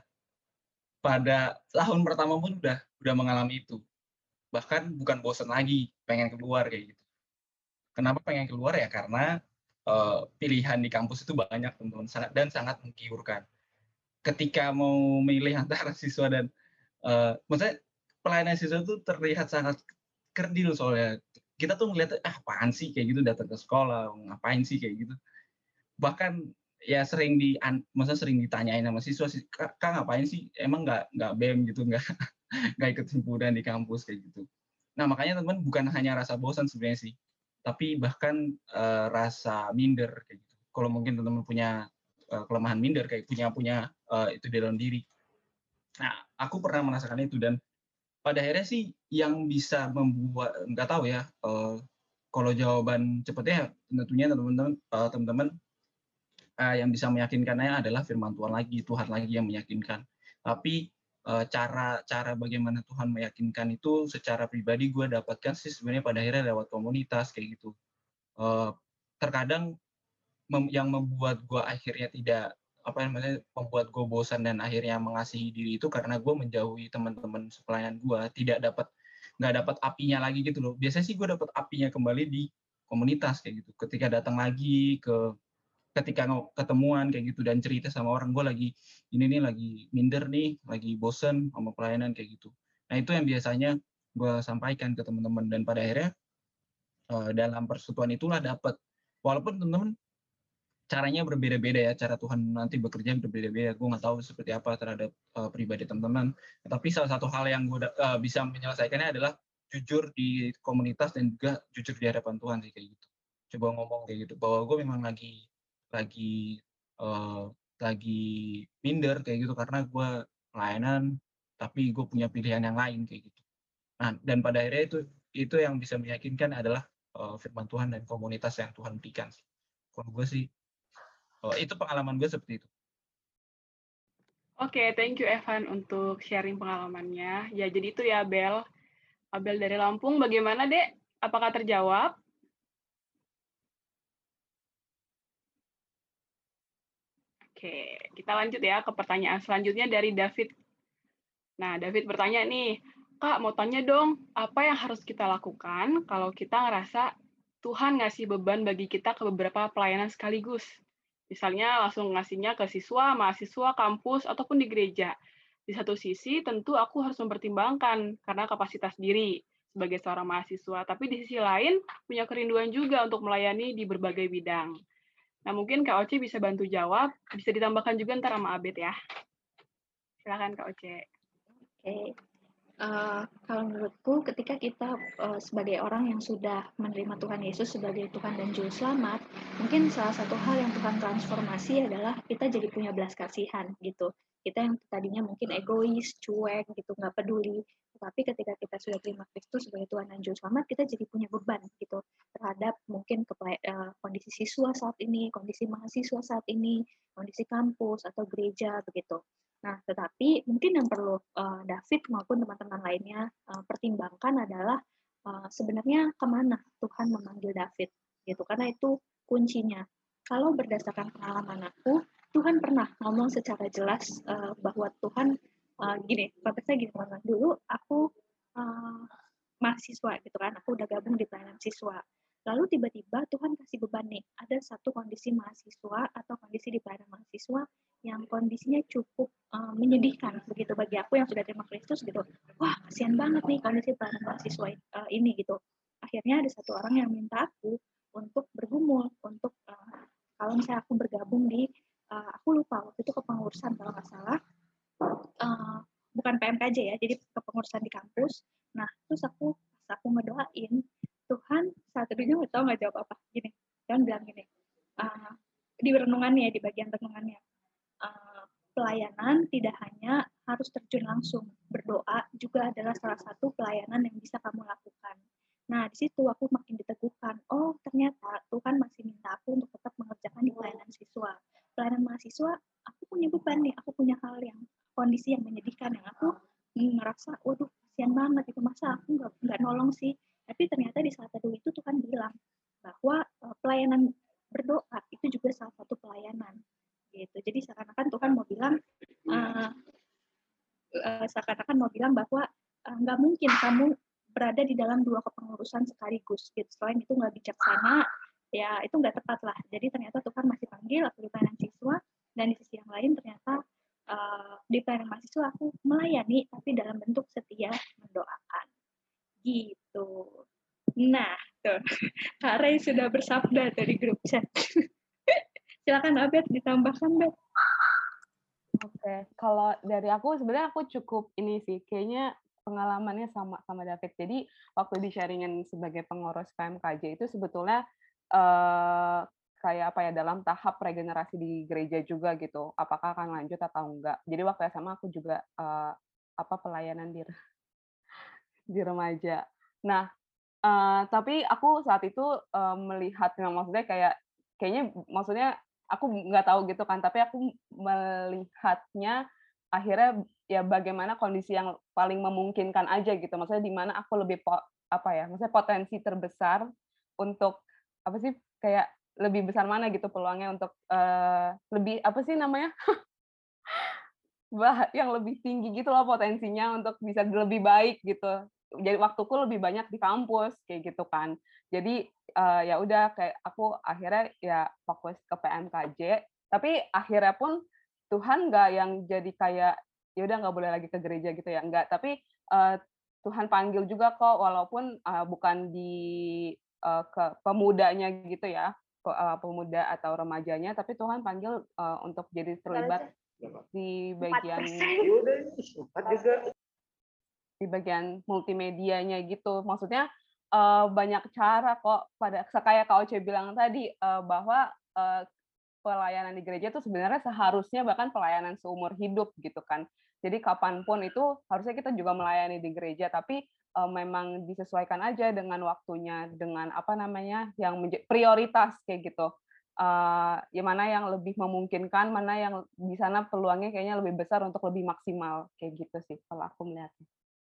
pada tahun pertama pun udah udah mengalami itu, bahkan bukan bosan lagi pengen keluar kayak gitu. Kenapa pengen keluar ya? Karena uh, pilihan di kampus itu banyak, teman-teman, sangat dan sangat menggiurkan. Ketika mau milih antara siswa dan uh, maksudnya pelayanan siswa itu terlihat sangat kerdil, soalnya kita tuh ngeliat ah apaan sih kayak gitu, datang ke sekolah ngapain sih kayak gitu. Bahkan ya sering di maksudnya sering ditanyain sama siswa sih, kak, kak ngapain sih, emang nggak nggak B E M gitu, nggak nggak ikut himpunan di kampus kayak gitu. Nah makanya teman-teman, bukan hanya rasa bosan sebenarnya sih, tapi bahkan uh, rasa minder kayak gitu. Kalau mungkin teman-teman punya uh, kelemahan minder kayak punya punya uh, itu di dalam diri. Nah aku pernah merasakan itu, dan pada akhirnya sih yang bisa membuat, nggak tahu ya, uh, kalau jawaban cepatnya tentunya teman-teman uh, teman-teman Uh, yang bisa meyakinkannya adalah firman Tuhan lagi, Tuhan lagi yang meyakinkan. Tapi uh, cara cara bagaimana Tuhan meyakinkan itu secara pribadi gue dapatkan sih sebenarnya pada akhirnya lewat komunitas kayak gitu. Uh, terkadang mem yang membuat gue akhirnya tidak apa namanya membuat gue bosan dan akhirnya mengasihi diri itu karena gue menjauhi teman-teman sepelayanan gue, tidak dapat nggak dapat apinya lagi gitu loh. Biasanya sih gue dapat apinya kembali di komunitas kayak gitu. Ketika datang lagi ke ketika ketemuan kayak gitu dan cerita sama orang, gue lagi ini nih lagi minder nih, lagi bosen sama pelayanan kayak gitu. Nah itu yang biasanya gue sampaikan ke teman-teman, dan pada akhirnya uh, dalam persekutuan itulah dapat, walaupun teman-teman caranya berbeda-beda ya, cara Tuhan nanti bekerja berbeda-beda, gue nggak tahu seperti apa terhadap uh, pribadi teman-teman. Tapi salah satu hal yang gue uh, bisa menyelesaikannya adalah jujur di komunitas dan juga jujur di hadapan Tuhan sih kayak gitu. Coba ngomong kayak gitu bahwa gue memang lagi lagi uh, lagi minder kayak gitu karena gue pelayanan tapi gue punya pilihan yang lain kayak gitu. Nah dan pada akhirnya itu itu yang bisa meyakinkan adalah uh, firman Tuhan dan komunitas yang Tuhan berikan. Kalau gue sih oh, itu pengalaman gue seperti itu. Oke, okay, thank you Evan untuk sharing pengalamannya. Ya jadi itu ya Abel. Abel dari Lampung, bagaimana Dek? Apakah terjawab? Oke, kita lanjut ya ke pertanyaan selanjutnya dari David. Nah, David bertanya nih, Kak mau tanya dong, apa yang harus kita lakukan kalau kita ngerasa Tuhan ngasih beban bagi kita ke beberapa pelayanan sekaligus? Misalnya langsung ngasihnya ke siswa, mahasiswa, kampus, ataupun di gereja. Di satu sisi, tentu aku harus mempertimbangkan karena kapasitas diri sebagai seorang mahasiswa, tapi di sisi lain punya kerinduan juga untuk melayani di berbagai bidang. Nah, mungkin Kak Oce bisa bantu jawab, bisa ditambahkan juga ntar sama Abed ya. Silakan Kak Oce. Oke, okay. uh, kalau menurutku ketika kita uh, sebagai orang yang sudah menerima Tuhan Yesus sebagai Tuhan dan Juru Selamat, mungkin salah satu hal yang Tuhan transformasi adalah kita jadi punya belas kasihan gitu. Kita yang tadinya mungkin egois, cuek gitu, nggak peduli. Tapi ketika kita sudah terima Kristus sebagai Tuhan dan Juru Selamat, kita jadi punya beban gitu terhadap mungkin kepla- uh, kondisi siswa saat ini, kondisi mahasiswa saat ini, kondisi kampus atau gereja begitu. Nah, tetapi mungkin yang perlu uh, David maupun teman-teman lainnya uh, pertimbangkan adalah uh, sebenarnya kemana Tuhan memanggil David gitu, karena itu kuncinya. Kalau berdasarkan pengalaman aku, Tuhan pernah ngomong secara jelas uh, bahwa Tuhan uh, gini, konteksnya gini teman-teman. Dulu aku uh, mahasiswa gitu kan, aku udah gabung di pelayanan siswa. Lalu tiba-tiba Tuhan kasih beban nih, ada satu kondisi mahasiswa atau kondisi di pelayanan mahasiswa yang kondisinya cukup uh, menyedihkan begitu bagi aku yang sudah terima Kristus gitu. Wah, kasihan banget nih kondisi pelayanan mahasiswa uh, ini gitu. Akhirnya ada satu orang yang minta aku untuk bergumul, untuk uh, kalau misalnya aku bergabung di Uh, aku lupa waktu itu kepengurusan kalau nggak salah, uh, bukan P M K J ya, jadi kepengurusan di kampus. Nah, terus aku pas aku ngedoain, Tuhan saat itu nggak tahu nggak jawab apa. Gini, Tuhan bilang gini, uh, di renungannya, di bagian renungannya, uh, pelayanan tidak hanya harus terjun langsung, berdoa juga adalah salah satu pelayanan yang bisa kamu lakukan. Nah, di situ aku makin diteguhkan, oh ternyata Tuhan masih minta aku untuk tetap mengerjakan di pelayanan siswa. Pelayanan mahasiswa, aku punya beban nih, aku punya hal yang, kondisi yang menyedihkan, yang aku ngerasa, waduh, kasihan banget, itu masa aku nggak nggak nolong sih. Tapi ternyata di saat teduh itu Tuhan bilang bahwa uh, pelayanan berdoa itu juga salah satu pelayanan. Gitu. Jadi seakan-akan Tuhan mau bilang, uh, uh, seakan-akan mau bilang bahwa uh, nggak mungkin kamu berada di dalam dua kepengurusan sekaligus. Gitu. Selain itu nggak bijaksana, ya itu nggak tepat lah. Jadi ternyata Tuhan masih panggil aku di pelayanan siswa, dan di sisi yang lain ternyata uh, di pelayanan mahasiswa aku melayani, tapi dalam bentuk setia mendoakan. Gitu. Nah, tuh. Kak Ray sudah bersabda dari grup chat. Silakan Abed ditambahkan, Bet. Oke, kalau dari aku sebenarnya aku cukup ini sih, kayaknya pengalamannya sama sama David. Jadi waktu di sharingin sebagai pengurus P M K J itu sebetulnya uh, kayak apa ya, dalam tahap regenerasi di gereja juga gitu. Apakah akan lanjut atau enggak? Jadi waktu S M A aku juga uh, apa pelayanan di di remaja. Nah, uh, tapi aku saat itu uh, melihat, maksudnya kayak kayaknya maksudnya aku nggak tahu gitu kan, tapi aku melihatnya akhirnya ya bagaimana kondisi yang paling memungkinkan aja gitu. Maksudnya di mana aku lebih po, apa ya, maksudnya potensi terbesar untuk apa sih, kayak lebih besar mana gitu peluangnya untuk uh, lebih apa sih namanya? Bah, yang lebih tinggi gitu loh potensinya untuk bisa lebih baik gitu. Jadi waktuku lebih banyak di kampus kayak gitu kan. Jadi uh, ya udah kayak aku akhirnya ya fokus ke P M K J. Tapi akhirnya pun Tuhan nggak yang jadi kayak ya udah nggak boleh lagi ke gereja gitu ya, enggak. Tapi uh, Tuhan panggil juga kok, walaupun uh, bukan di uh, ke pemudanya gitu ya, uh, pemuda atau remajanya, tapi Tuhan panggil uh, untuk jadi terlibat di bagian di bagian multimedianya gitu. Maksudnya uh, banyak cara kok, pada kayak Kak Oce bilang tadi uh, bahwa uh, pelayanan di gereja itu sebenarnya seharusnya bahkan pelayanan seumur hidup gitu kan. Jadi kapanpun itu harusnya kita juga melayani di gereja, tapi uh, memang disesuaikan aja dengan waktunya, dengan apa namanya yang menjadi prioritas kayak gitu. Uh, ya mana yang lebih memungkinkan, mana yang di sana peluangnya kayaknya lebih besar untuk lebih maksimal kayak gitu sih kalau aku melihatnya.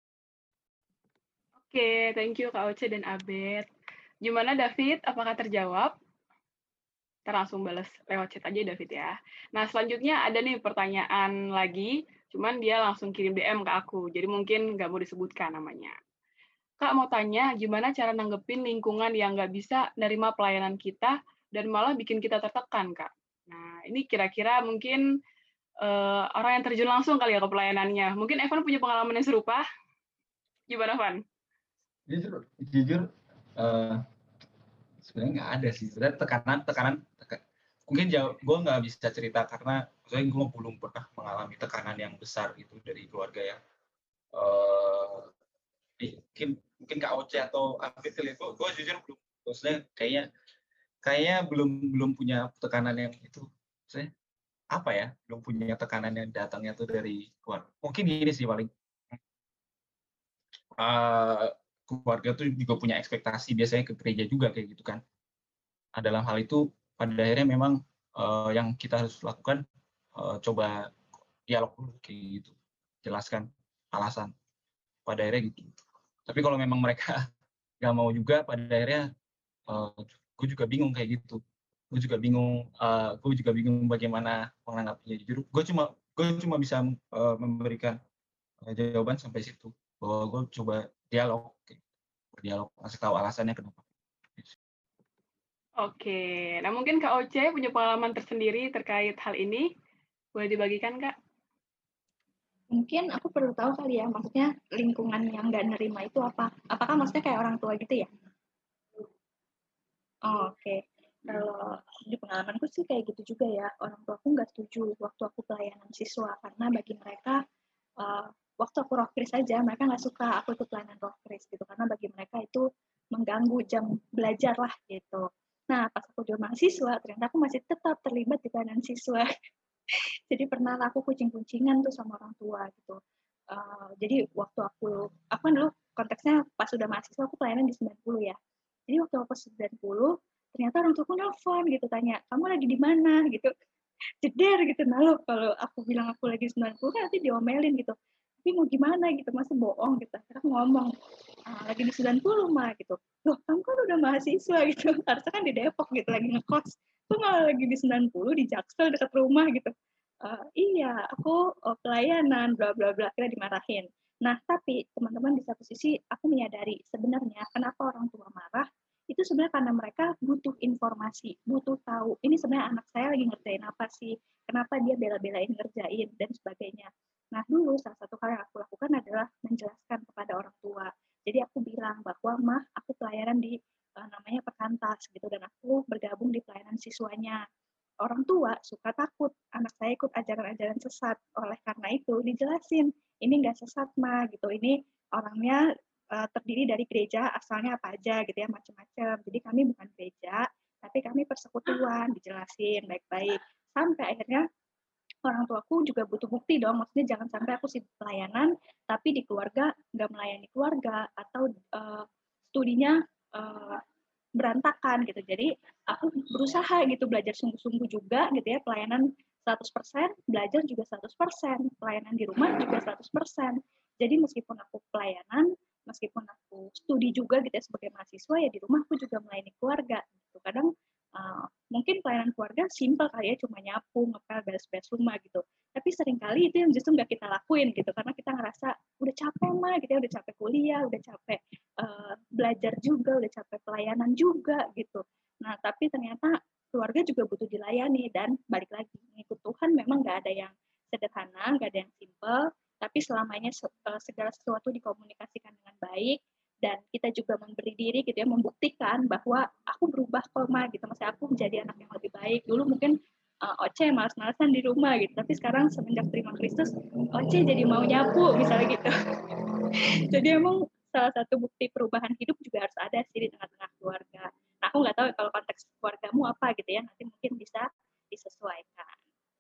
Oke, okay, thank you Kak Oce dan Abed. Gimana David? Apakah terjawab? Kita langsung balas lewat chat aja David ya. Nah selanjutnya ada nih pertanyaan lagi, cuman dia langsung kirim D M ke aku, jadi mungkin nggak mau disebutkan namanya. Kak mau tanya, gimana cara nanggepin lingkungan yang nggak bisa nerima pelayanan kita dan malah bikin kita tertekan, Kak? Nah, ini kira-kira mungkin uh, orang yang terjun langsung kali ya ke pelayanannya. Mungkin Evan punya pengalaman yang serupa? Gimana, Van? Jujur, jujur uh, sebenarnya nggak ada sih. Sebenarnya tekanan, tekanan, teka, mungkin jauh, gue nggak bisa cerita karena saya gue belum pernah mengalami tekanan yang besar itu dari keluarga ya. Uh, mungkin mungkin Kak Oce atau Afid lihat, gue jujur belum, maksudnya kayaknya kayaknya belum belum punya tekanan yang itu, saya apa ya, belum punya tekanan yang datangnya tuh dari keluarga. Mungkin gini sih paling, eee, keluarga tuh juga punya ekspektasi biasanya ke gereja juga kayak gitu kan. Nah, dalam hal itu pada akhirnya memang, eee, yang kita harus lakukan, eee, coba dialog dulu kayak gitu, jelaskan alasan, pada akhirnya gitu. Tapi kalau memang mereka nggak mau juga pada akhirnya, eee, gue juga bingung kayak gitu. Gue juga bingung, eee, gue juga bingung bagaimana menanggapinya jujur. Gue cuma gue cuma bisa, eee, memberikan, eee, jawaban sampai situ, bahwa gue coba dialog, kayak berdialog, kasih tahu alasannya kenapa. Oke, nah mungkin Kak Oce punya pengalaman tersendiri terkait hal ini, boleh dibagikan Kak? Mungkin aku perlu tahu kali ya, maksudnya lingkungan yang nggak nerima itu apa? Apakah maksudnya kayak orang tua gitu ya? Oh, oke. Kalau di pengalamanku sih kayak gitu juga ya, orang tuaku nggak setuju waktu aku pelayanan siswa, karena bagi mereka, uh, waktu aku rohkris saja, mereka nggak suka aku ikut pelayanan rohkris gitu, karena bagi mereka itu mengganggu jam belajar lah gitu. Nah, pas aku jadi mahasiswa, ternyata aku masih tetap terlibat di pelayanan siswa. Jadi pernah aku kucing-kucingan tuh sama orang tua gitu. Uh, jadi waktu aku, aku kan dulu konteksnya pas sudah mahasiswa, aku pelayanan di sembilan puluh ya. Jadi waktu aku sembilan puluh, ternyata orang tuaku nelfon gitu, tanya, kamu lagi di mana gitu. Jeder gitu, nah loh kalau aku bilang aku lagi sembilan puluh kan nanti diomelin gitu. Tapi mau gimana gitu, masa bohong gitu. Akhirnya aku ngomong, ah, lagi di sembilan puluh mah gitu. Loh kamu kan udah mahasiswa gitu, harusnya kan di Depok gitu, lagi ngekos. Tuh malah lagi di sembilan puluh di Jaksel dekat rumah gitu. Uh, iya, aku oh, pelayanan, bla bla bla, akhirnya dimarahin. Nah, tapi teman-teman di satu sisi aku menyadari sebenarnya kenapa orang tua marah itu sebenarnya karena mereka butuh informasi, butuh tahu ini sebenarnya anak saya lagi ngerjain apa sih, kenapa dia bela-belain ngerjain dan sebagainya. Nah, dulu salah satu hal yang aku lakukan adalah menjelaskan kepada orang tua. Jadi aku bilang bahwa mah aku pelayanan di uh, namanya perkantas gitu dan aku bergabung di pelayanan siswanya. Orang tua suka takut anak saya ikut ajaran-ajaran sesat. Oleh karena itu dijelasin, ini nggak sesat mah gitu. Ini orangnya uh, terdiri dari gereja asalnya apa aja gitu ya, macam-macam. Jadi kami bukan gereja, tapi kami persekutuan, dijelasin baik-baik. Sampai akhirnya orang tuaku juga butuh bukti dong, maksudnya jangan sampai aku sibuk pelayanan, tapi di keluarga nggak melayani keluarga, atau uh, studinya uh, berantakan gitu. Jadi aku berusaha gitu belajar sungguh-sungguh juga gitu ya, pelayanan seratus persen, belajar juga seratus persen, pelayanan di rumah juga seratus persen. Jadi meskipun aku pelayanan, meskipun aku studi juga gitu ya sebagai mahasiswa, ya di rumah aku juga melayani keluarga gitu. Kadang uh, mungkin pelayanan keluarga simpel kali ya, cuma nyapu, ngepel, beres-beres rumah gitu. Tapi seringkali itu yang justru nggak kita lakuin gitu, karena kita ngerasa udah capek mah gitu ya, udah capek kuliah, udah capek uh, belajar juga, udah capek pelayanan juga gitu. Nah, tapi ternyata keluarga juga butuh dilayani, dan balik lagi, mengikut Tuhan memang nggak ada yang sederhana, nggak ada yang simpel, tapi selamanya segala sesuatu dikomunikasikan dengan baik, dan kita juga memberi diri gitu ya, membuktikan bahwa aku berubah kok mah gitu, maksudnya aku menjadi anak yang lebih baik. Dulu mungkin uh, Oce malas-malasan di rumah gitu, tapi sekarang semenjak terima Kristus, Oce jadi mau nyapu misalnya gitu. Jadi emang salah satu bukti perubahan hidup juga harus ada sih di tengah-tengah keluarga. Nah, aku nggak tahu kalau konteks keluargamu apa gitu ya, nanti mungkin bisa disesuaikan.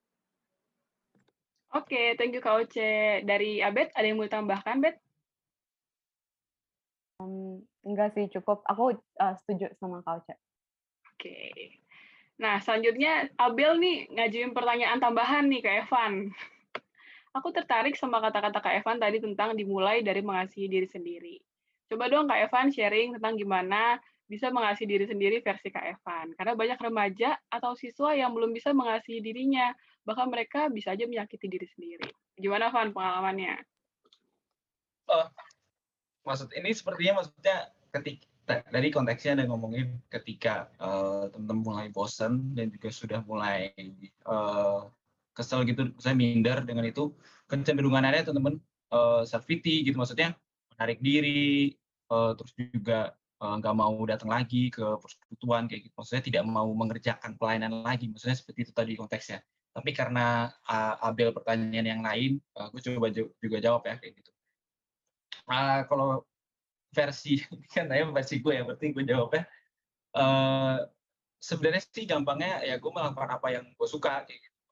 Oke, okay, thank you Kak Oce. Dari Abed, ada yang mau ditambahkan, Bet? Um, enggak sih, cukup. Aku uh, setuju sama Kak Oce. Oke. Okay. Nah, selanjutnya Abel nih ngajuin pertanyaan tambahan nih ke Evan. Aku tertarik sama kata-kata Kak Evan tadi tentang dimulai dari mengasihi diri sendiri. Coba dong Kak Evan sharing tentang gimana bisa mengasihi diri sendiri versi Kak Evan. Karena banyak remaja atau siswa yang belum bisa mengasihi dirinya, bahkan mereka bisa aja menyakiti diri sendiri. Gimana Van pengalamannya? Oh, maksud ini sepertinya maksudnya ketika dari konteksnya ada ngomongin ketika uh, teman-teman mulai bosan dan juga sudah mulai uh, kesel gitu, saya minder dengan itu, kecenderungannya teman-teman uh, self pity gitu, maksudnya menarik diri, uh, terus juga nggak uh, mau datang lagi ke persekutuan kayak gitu, maksudnya tidak mau mengerjakan pelayanan lagi, maksudnya seperti itu tadi konteksnya. Tapi karena uh, Abel pertanyaan yang lain, uh, gue coba juga jawab ya kayak gitu. Uh, kalau versi kan saya versi gue ya, berarti gue jawabnya uh, sebenarnya sih gampangnya ya gue melakukan apa yang gue suka kayak gitu.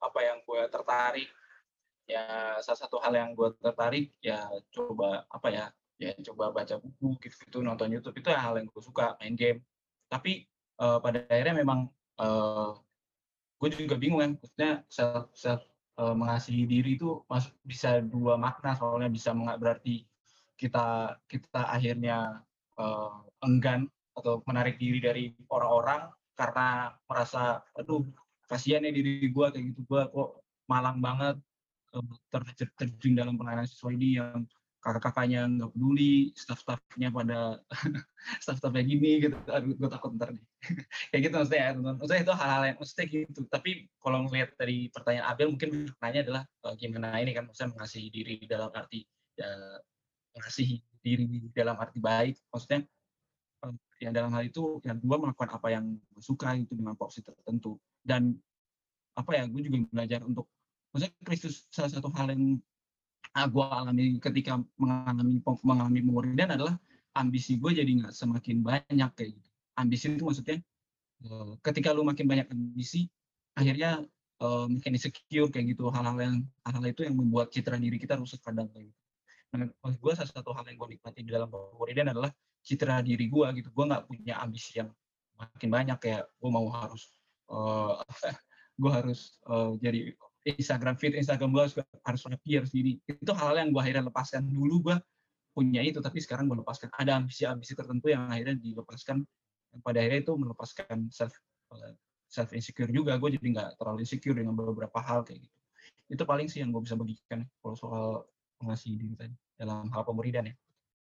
apa yang gue tertarik. Ya salah satu hal yang gue tertarik ya coba apa ya, ya coba baca buku gitu-gitu, nonton YouTube itu hal yang gue suka, main game. Tapi uh, pada akhirnya memang uh, gue juga bingung kan, maksudnya self, self uh, mengasihi diri itu mas, bisa dua makna, soalnya bisa berarti kita kita akhirnya uh, enggan atau menarik diri dari orang-orang karena merasa aduh kasihan ya diri gue kayak gitu, gue kok malang banget ter- terjun dalam pelayanan siswa ini yang kakak-kakaknya nggak peduli, staff-staffnya pada staff-staffnya gini gitu, aduh gue takut ntar nih. Kayak gitu maksudnya ya, teman-teman. Maksudnya itu hal-hal yang maksudnya gitu. Tapi kalau ngelihat dari pertanyaan Abel mungkin maknanya adalah uh, gimana ini kan, maksudnya mengasihi diri dalam arti ya, mengasihi diri dalam arti baik, maksudnya uh, ya dalam hal itu yang gue melakukan apa yang gue suka itu dengan porsi tertentu. Dan apa ya, gue juga belajar untuk, maksudnya Kristus salah satu hal yang ah, gue alami ketika mengalami mengalami pemuridan adalah ambisi gue jadi nggak semakin banyak kayak gitu. Ambisi itu maksudnya uh, ketika lu makin banyak ambisi, akhirnya uh, makin insecure kayak gitu, hal-hal yang hal-hal itu yang membuat citra diri kita rusak kadang kayak gitu. Nah, maksud gue salah satu hal yang gue nikmati di dalam pemuridan adalah citra diri gue gitu. Gue nggak punya ambisi yang makin banyak kayak gue mau harus uh, gue harus uh, jadi Instagram feed Instagram gue harus harus rapi, harus diri. Itu hal-hal yang gue akhirnya lepaskan. Dulu gue punya itu, tapi sekarang gue lepaskan. Ada ambisi-ambisi tertentu yang akhirnya dilepaskan. Yang pada akhirnya itu melepaskan self self insecure juga. Gue jadi nggak terlalu insecure dengan beberapa hal kayak gitu. Itu paling sih yang gue bisa bagikan kalau soal mengasihi diri tadi dalam hal pemuridan ya.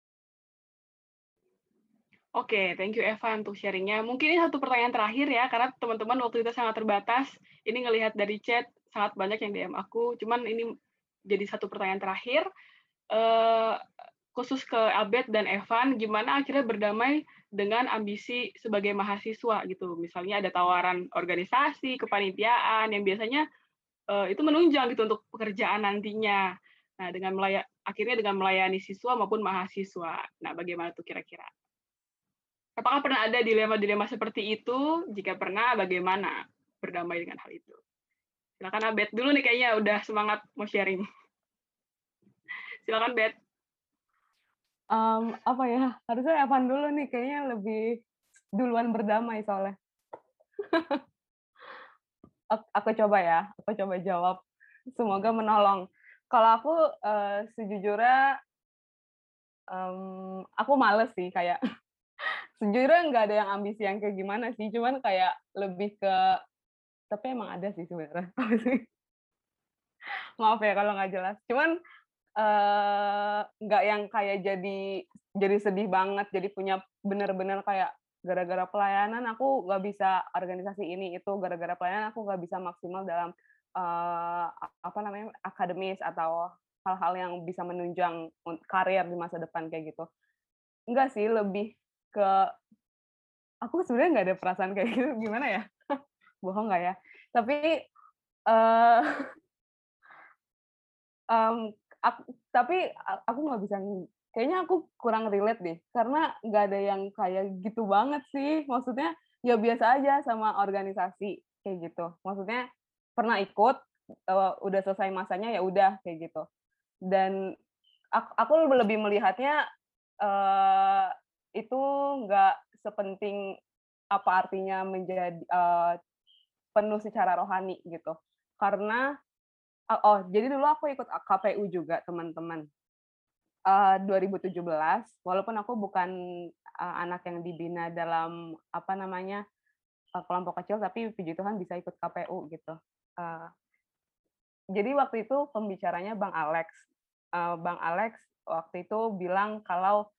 Oke, okay, thank you Eva untuk sharingnya. Mungkin ini satu pertanyaan terakhir ya, karena teman-teman waktu itu sangat terbatas. Ini ngelihat dari chat, sangat banyak yang D M aku. Cuman ini jadi satu pertanyaan terakhir. Uh, khusus ke Abed dan Evan, gimana akhirnya berdamai dengan ambisi sebagai mahasiswa gitu. Misalnya ada tawaran organisasi, kepanitiaan, yang biasanya uh, itu menunjang gitu untuk pekerjaan nantinya. Nah, dengan melaya, akhirnya dengan melayani siswa maupun mahasiswa. Nah, bagaimana tuh kira-kira? Apakah pernah ada dilema-dilema seperti itu? Jika pernah, bagaimana berdamai dengan hal itu? Silakan Abed dulu nih, kayaknya udah semangat mau sharing. Silakan Bet. Um, apa ya? Harusnya Evan dulu nih, kayaknya lebih duluan berdamai soalnya. Aku coba ya, aku coba jawab. Semoga menolong. Kalau aku uh, sejujurnya, um, aku males sih kayak. Sejujurnya nggak ada yang ambisi yang kayak gimana sih, cuman kayak lebih ke, tapi emang ada sih sebenarnya. Maaf ya kalau nggak jelas. Cuman nggak uh, yang kayak jadi jadi sedih banget, jadi punya bener-bener kayak gara-gara pelayanan aku nggak bisa organisasi ini itu, gara-gara pelayanan aku nggak bisa maksimal dalam uh, apa namanya akademis atau hal-hal yang bisa menunjang karir di masa depan kayak gitu. Enggak sih, lebih ke aku sebenarnya nggak ada perasaan kayak gitu, gimana ya? Bohong nggak ya? Tapi uh, um, aku, tapi aku nggak bisa, kayaknya aku kurang relate deh, karena nggak ada yang kayak gitu banget sih. Maksudnya ya biasa aja sama organisasi kayak gitu. Maksudnya pernah ikut, uh, udah selesai masanya ya udah kayak gitu. Dan aku, aku lebih melihatnya uh, itu nggak sepenting apa artinya menjadi uh, penuh secara rohani gitu. Karena oh, jadi dulu aku ikut K P U juga, teman-teman. Uh, dua ribu tujuh belas, walaupun aku bukan uh, anak yang dibina dalam apa namanya uh, kelompok kecil, tapi puji Tuhan bisa ikut K P U gitu. Uh, jadi waktu itu pembicaranya Bang Alex. Uh, Bang Alex waktu itu bilang kalau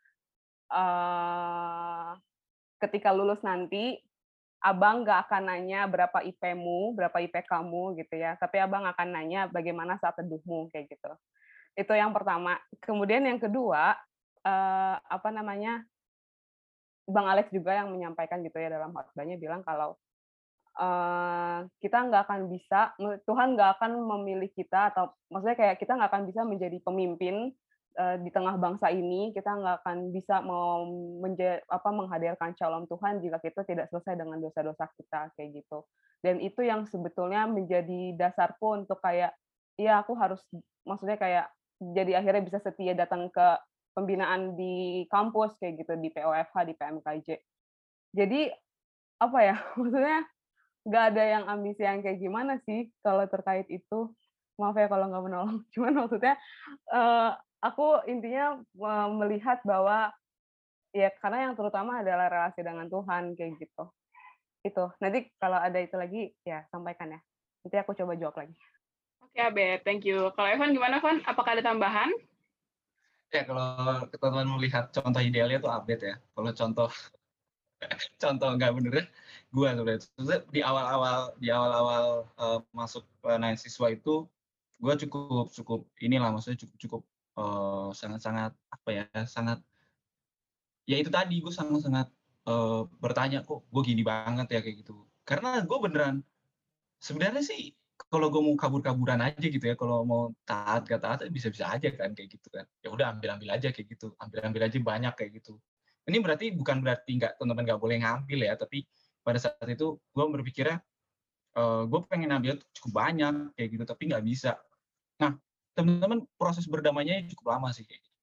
uh, ketika lulus nanti, Abang nggak akan nanya berapa I P-mu, berapa I P kamu gitu ya, tapi Abang akan nanya bagaimana saat teduhmu kayak gitu. Itu yang pertama. Kemudian yang kedua, eh, apa namanya, Bang Alex juga yang menyampaikan gitu ya dalam khotbahnya bilang kalau eh, kita nggak akan bisa, Tuhan nggak akan memilih kita atau maksudnya kayak kita nggak akan bisa menjadi pemimpin uh, di tengah bangsa ini kita nggak akan bisa mau menja- apa menghadirkan calon Tuhan jika kita tidak selesai dengan dosa-dosa kita kayak gitu. Dan itu yang sebetulnya menjadi dasarku untuk kayak, iya aku harus, maksudnya kayak jadi akhirnya bisa setia datang ke pembinaan di kampus kayak gitu, di P O F H, di P M K J. Jadi apa ya, maksudnya nggak ada yang ambisi yang kayak gimana sih kalau terkait itu. Maaf ya kalau nggak menolong. Cuman maksudnya eh, aku intinya eh, melihat bahwa ya karena yang terutama adalah relasi dengan Tuhan kayak gitu. Itu. Nanti kalau ada itu lagi ya sampaikan ya. Nanti aku coba jawab lagi. Oke, Abed, thank you. Kalau Evan gimana, Van? Apakah ada tambahan? Ya, kalau teman-teman melihat contoh idealnya tuh Abed ya. Kalau contoh contoh nggak benernya gue sebenarnya di awal-awal di awal-awal uh, masuk penanya siswa itu gue cukup cukup inilah maksudnya cukup cukup uh, sangat-sangat apa ya sangat ya itu tadi gue sangat-sangat uh, bertanya kok gue gini banget ya kayak gitu karena gue beneran sebenarnya sih kalau gue mau kabur-kaburan aja gitu ya kalau mau taat gak taat bisa-bisa aja kan kayak gitu kan ya udah ambil-ambil aja kayak gitu ambil-ambil aja banyak kayak gitu ini berarti bukan berarti nggak teman-teman nggak boleh ngambil ya tapi pada saat itu gue berpikirnya uh, gue pengen ambil cukup banyak kayak gitu tapi nggak bisa nah teman-teman proses berdamainya cukup lama sih kayak gitu.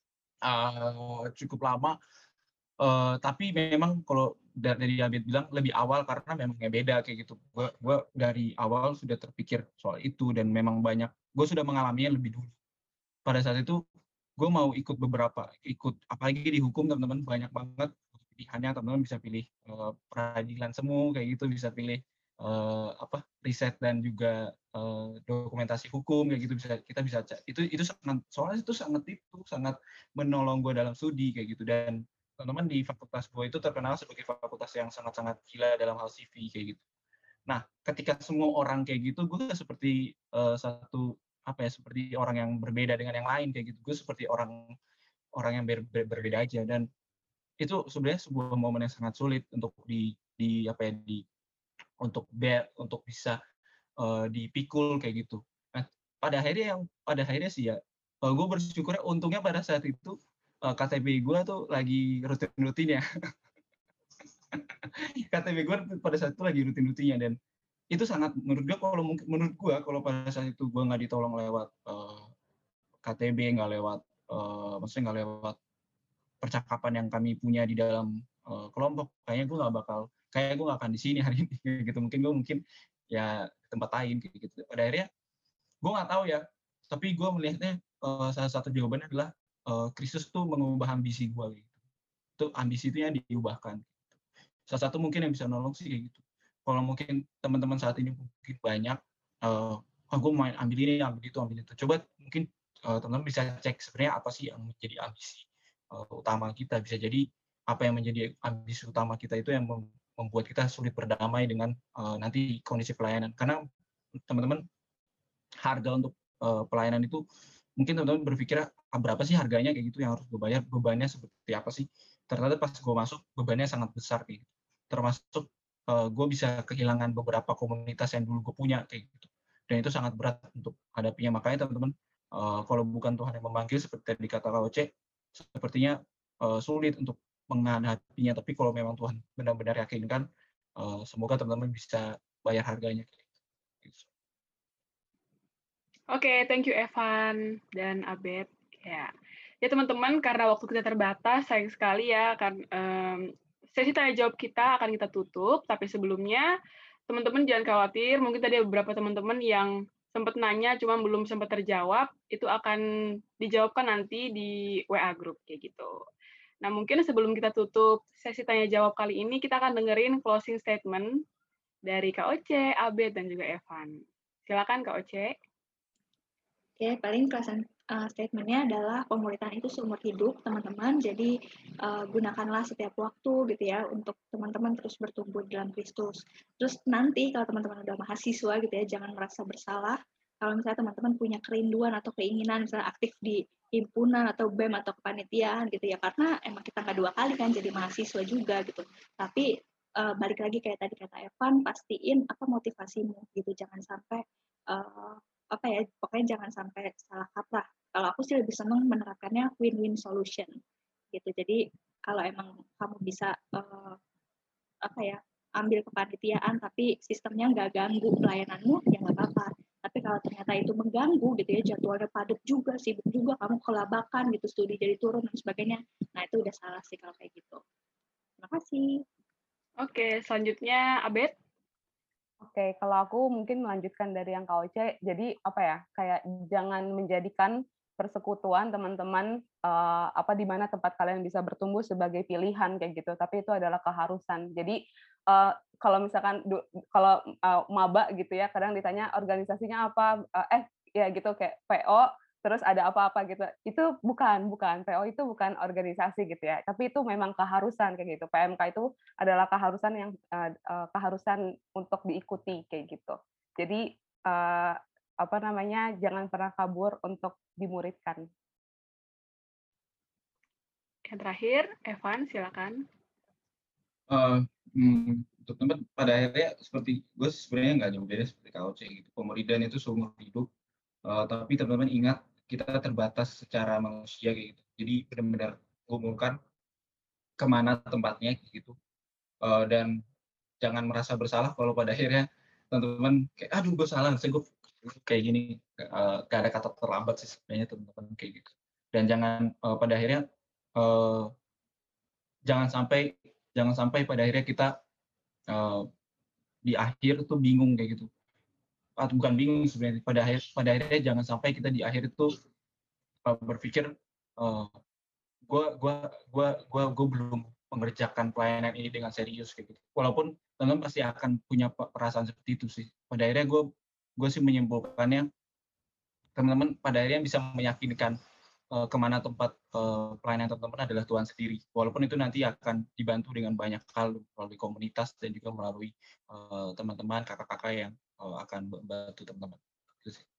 Uh, cukup lama uh, tapi memang kalau dari Abid bilang lebih awal karena memangnya beda kayak gitu gue gue dari awal sudah terpikir soal itu dan memang banyak gue sudah mengalaminya lebih dulu pada saat itu gue mau ikut beberapa ikut apalagi di hukum teman-teman banyak banget pilihannya teman-teman bisa pilih uh, peradilan semu kayak gitu bisa pilih uh, apa riset dan juga uh, dokumentasi hukum kayak gitu bisa kita bisa itu itu sangat soalnya itu sangat itu sangat menolong gue dalam studi kayak gitu dan teman-teman di fakultas gue itu terkenal sebagai fakultas yang sangat-sangat gila dalam hal C V kayak gitu. Nah, ketika semua orang kayak gitu, gue seperti uh, satu apa ya seperti orang yang berbeda dengan yang lain kayak gitu. Gue seperti orang orang yang ber, ber, berbeda aja dan itu sebenarnya sebuah momen yang sangat sulit untuk di di apa ya di untuk be, untuk bisa uh, dipikul kayak gitu. Nah, pada akhirnya yang pada akhirnya sih ya, uh, gue bersyukurnya untungnya pada saat itu uh, K T B gue tuh lagi rutin-rutin ya. K T B gue pada saat itu lagi rutin-rutinnya dan itu sangat menurut gue kalau mungkin menurut gue kalau pada saat itu gue nggak ditolong lewat uh, K T B nggak lewat uh, maksudnya nggak lewat percakapan yang kami punya di dalam uh, kelompok kayaknya gue nggak bakal kayak gue nggak akan di sini hari ini gitu mungkin gue mungkin ya ke tempat lain gitu pada akhirnya gue nggak tahu ya tapi gue melihatnya uh, salah satu jawabannya adalah uh, Kristus tuh mengubah ambisi gue gitu itu ambisi itu yang diubahkan salah satu mungkin yang bisa nolong sih kayak gitu kalau mungkin teman-teman saat ini mungkin banyak uh, oh, gue main ambil ini ambil itu ambil itu coba mungkin uh, teman-teman bisa cek sebenarnya apa sih yang menjadi ambisi uh, utama kita bisa jadi apa yang menjadi ambisi utama kita itu yang membuat kita sulit berdamai dengan uh, nanti kondisi pelayanan karena teman-teman harga untuk uh, pelayanan itu mungkin teman-teman berpikir ah, berapa sih harganya kayak gitu yang harus gue bayar bebannya seperti apa sih ternyata pas gue masuk bebannya sangat besar kayak gitu termasuk uh, gue bisa kehilangan beberapa komunitas yang dulu gue punya kayak gitu dan itu sangat berat untuk hadapinya makanya teman-teman uh, kalau bukan Tuhan yang memanggil seperti yang dikata K O C sepertinya uh, sulit untuk menghadapinya tapi kalau memang Tuhan benar-benar yakinkan uh, semoga teman-teman bisa bayar harganya kayak gitu. Oke, okay, thank you Evan dan Abed. Ya, ya teman-teman, karena waktu kita terbatas, sayang sekali ya, kan um, sesi tanya jawab kita akan kita tutup. Tapi sebelumnya, teman-teman jangan khawatir. Mungkin tadi ada beberapa teman-teman yang sempat nanya, cuma belum sempat terjawab. Itu akan dijawabkan nanti di W A group kayak gitu. Nah, mungkin sebelum kita tutup sesi tanya jawab kali ini, kita akan dengerin closing statement dari K O C, Abed, dan juga Evan. Silakan K O C. Oke, paling kelasan uh, statementnya adalah pemuritan itu seumur hidup, teman-teman. Jadi uh, gunakanlah setiap waktu gitu ya untuk teman-teman terus bertumbuh dalam Kristus. Terus nanti kalau teman-teman udah mahasiswa gitu ya, jangan merasa bersalah. Kalau misalnya teman-teman punya kerinduan atau keinginan misalnya aktif di himpunan atau B E M atau kepanitiaan gitu ya, karena emang kita nggak dua kali kan jadi mahasiswa juga gitu. Tapi uh, balik lagi kayak tadi kata Evan, pastiin apa motivasimu gitu, jangan sampai uh, apa ya pokoknya jangan sampai salah kaprah kalau aku sih lebih senang menerapkannya win-win solution gitu. Jadi kalau emang kamu bisa uh, apa ya ambil kepanitiaan tapi sistemnya nggak ganggu pelayananmu, ya nggak apa-apa. Tapi kalau ternyata itu mengganggu gitu ya, jadwalnya padat juga, sibuk juga, kamu kelabakan gitu, studi jadi turun dan sebagainya, nah itu udah salah sih kalau kayak gitu. Terima kasih. Oke, selanjutnya Abed. Oke, kalau aku mungkin melanjutkan dari yang Kak Oce, jadi apa ya, kayak jangan menjadikan persekutuan teman-teman uh, apa di mana tempat kalian bisa bertumbuh sebagai pilihan kayak gitu, tapi itu adalah keharusan. Jadi uh, kalau misalkan kalau uh, maba gitu ya, kadang ditanya organisasinya apa, uh, eh ya gitu kayak P O, terus ada apa-apa gitu. Itu bukan, bukan P O itu bukan organisasi gitu ya, tapi itu memang keharusan kayak gitu. P M K itu adalah keharusan yang uh, uh, keharusan untuk diikuti kayak gitu. Jadi uh, apa namanya, jangan pernah kabur untuk dimuridkan. Yang terakhir, Evan, silakan. Uh, hmm, untuk tempat pada akhirnya seperti gue sebenarnya nggak jauh beda seperti K O C gitu. Pemuridan itu seumur hidup, uh, tapi teman-teman ingat kita terbatas secara manusia kayak gitu. Jadi benar-benar kumpulkan kemana tempatnya gitu. Uh, dan jangan merasa bersalah kalau pada akhirnya teman-teman kayak aduh gue salah, saya gue kayak gini, uh, gak ada kata terlambat sih sebenarnya teman-teman kayak gitu. Dan jangan uh, pada akhirnya uh, jangan sampai jangan sampai pada akhirnya kita uh, di akhir tuh bingung kayak gitu. Atau bukan bingung sebenarnya, pada akhir pada akhirnya jangan sampai kita di akhir itu uh, berpikir uh, gue gue gue gue gue belum mengerjakan pelayanan ini dengan serius kayak gitu. Walaupun teman-teman pasti akan punya perasaan seperti itu sih. Pada akhirnya gue gue sih menyimpulkannya teman-teman pada akhirnya bisa meyakinkan uh, kemana tempat uh, pelayanan teman-teman adalah Tuhan sendiri. Walaupun itu nanti akan dibantu dengan banyak hal melalui komunitas dan juga melalui uh, teman-teman kakak-kakak yang uh, akan membantu teman-teman. Itu sih.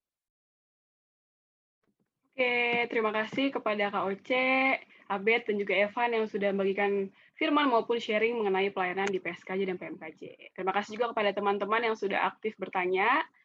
Oke, terima kasih kepada Kak Oce, Abed, dan juga Evan yang sudah membagikan firman maupun sharing mengenai pelayanan di P S K J dan P M K J. Terima kasih juga kepada teman-teman yang sudah aktif bertanya.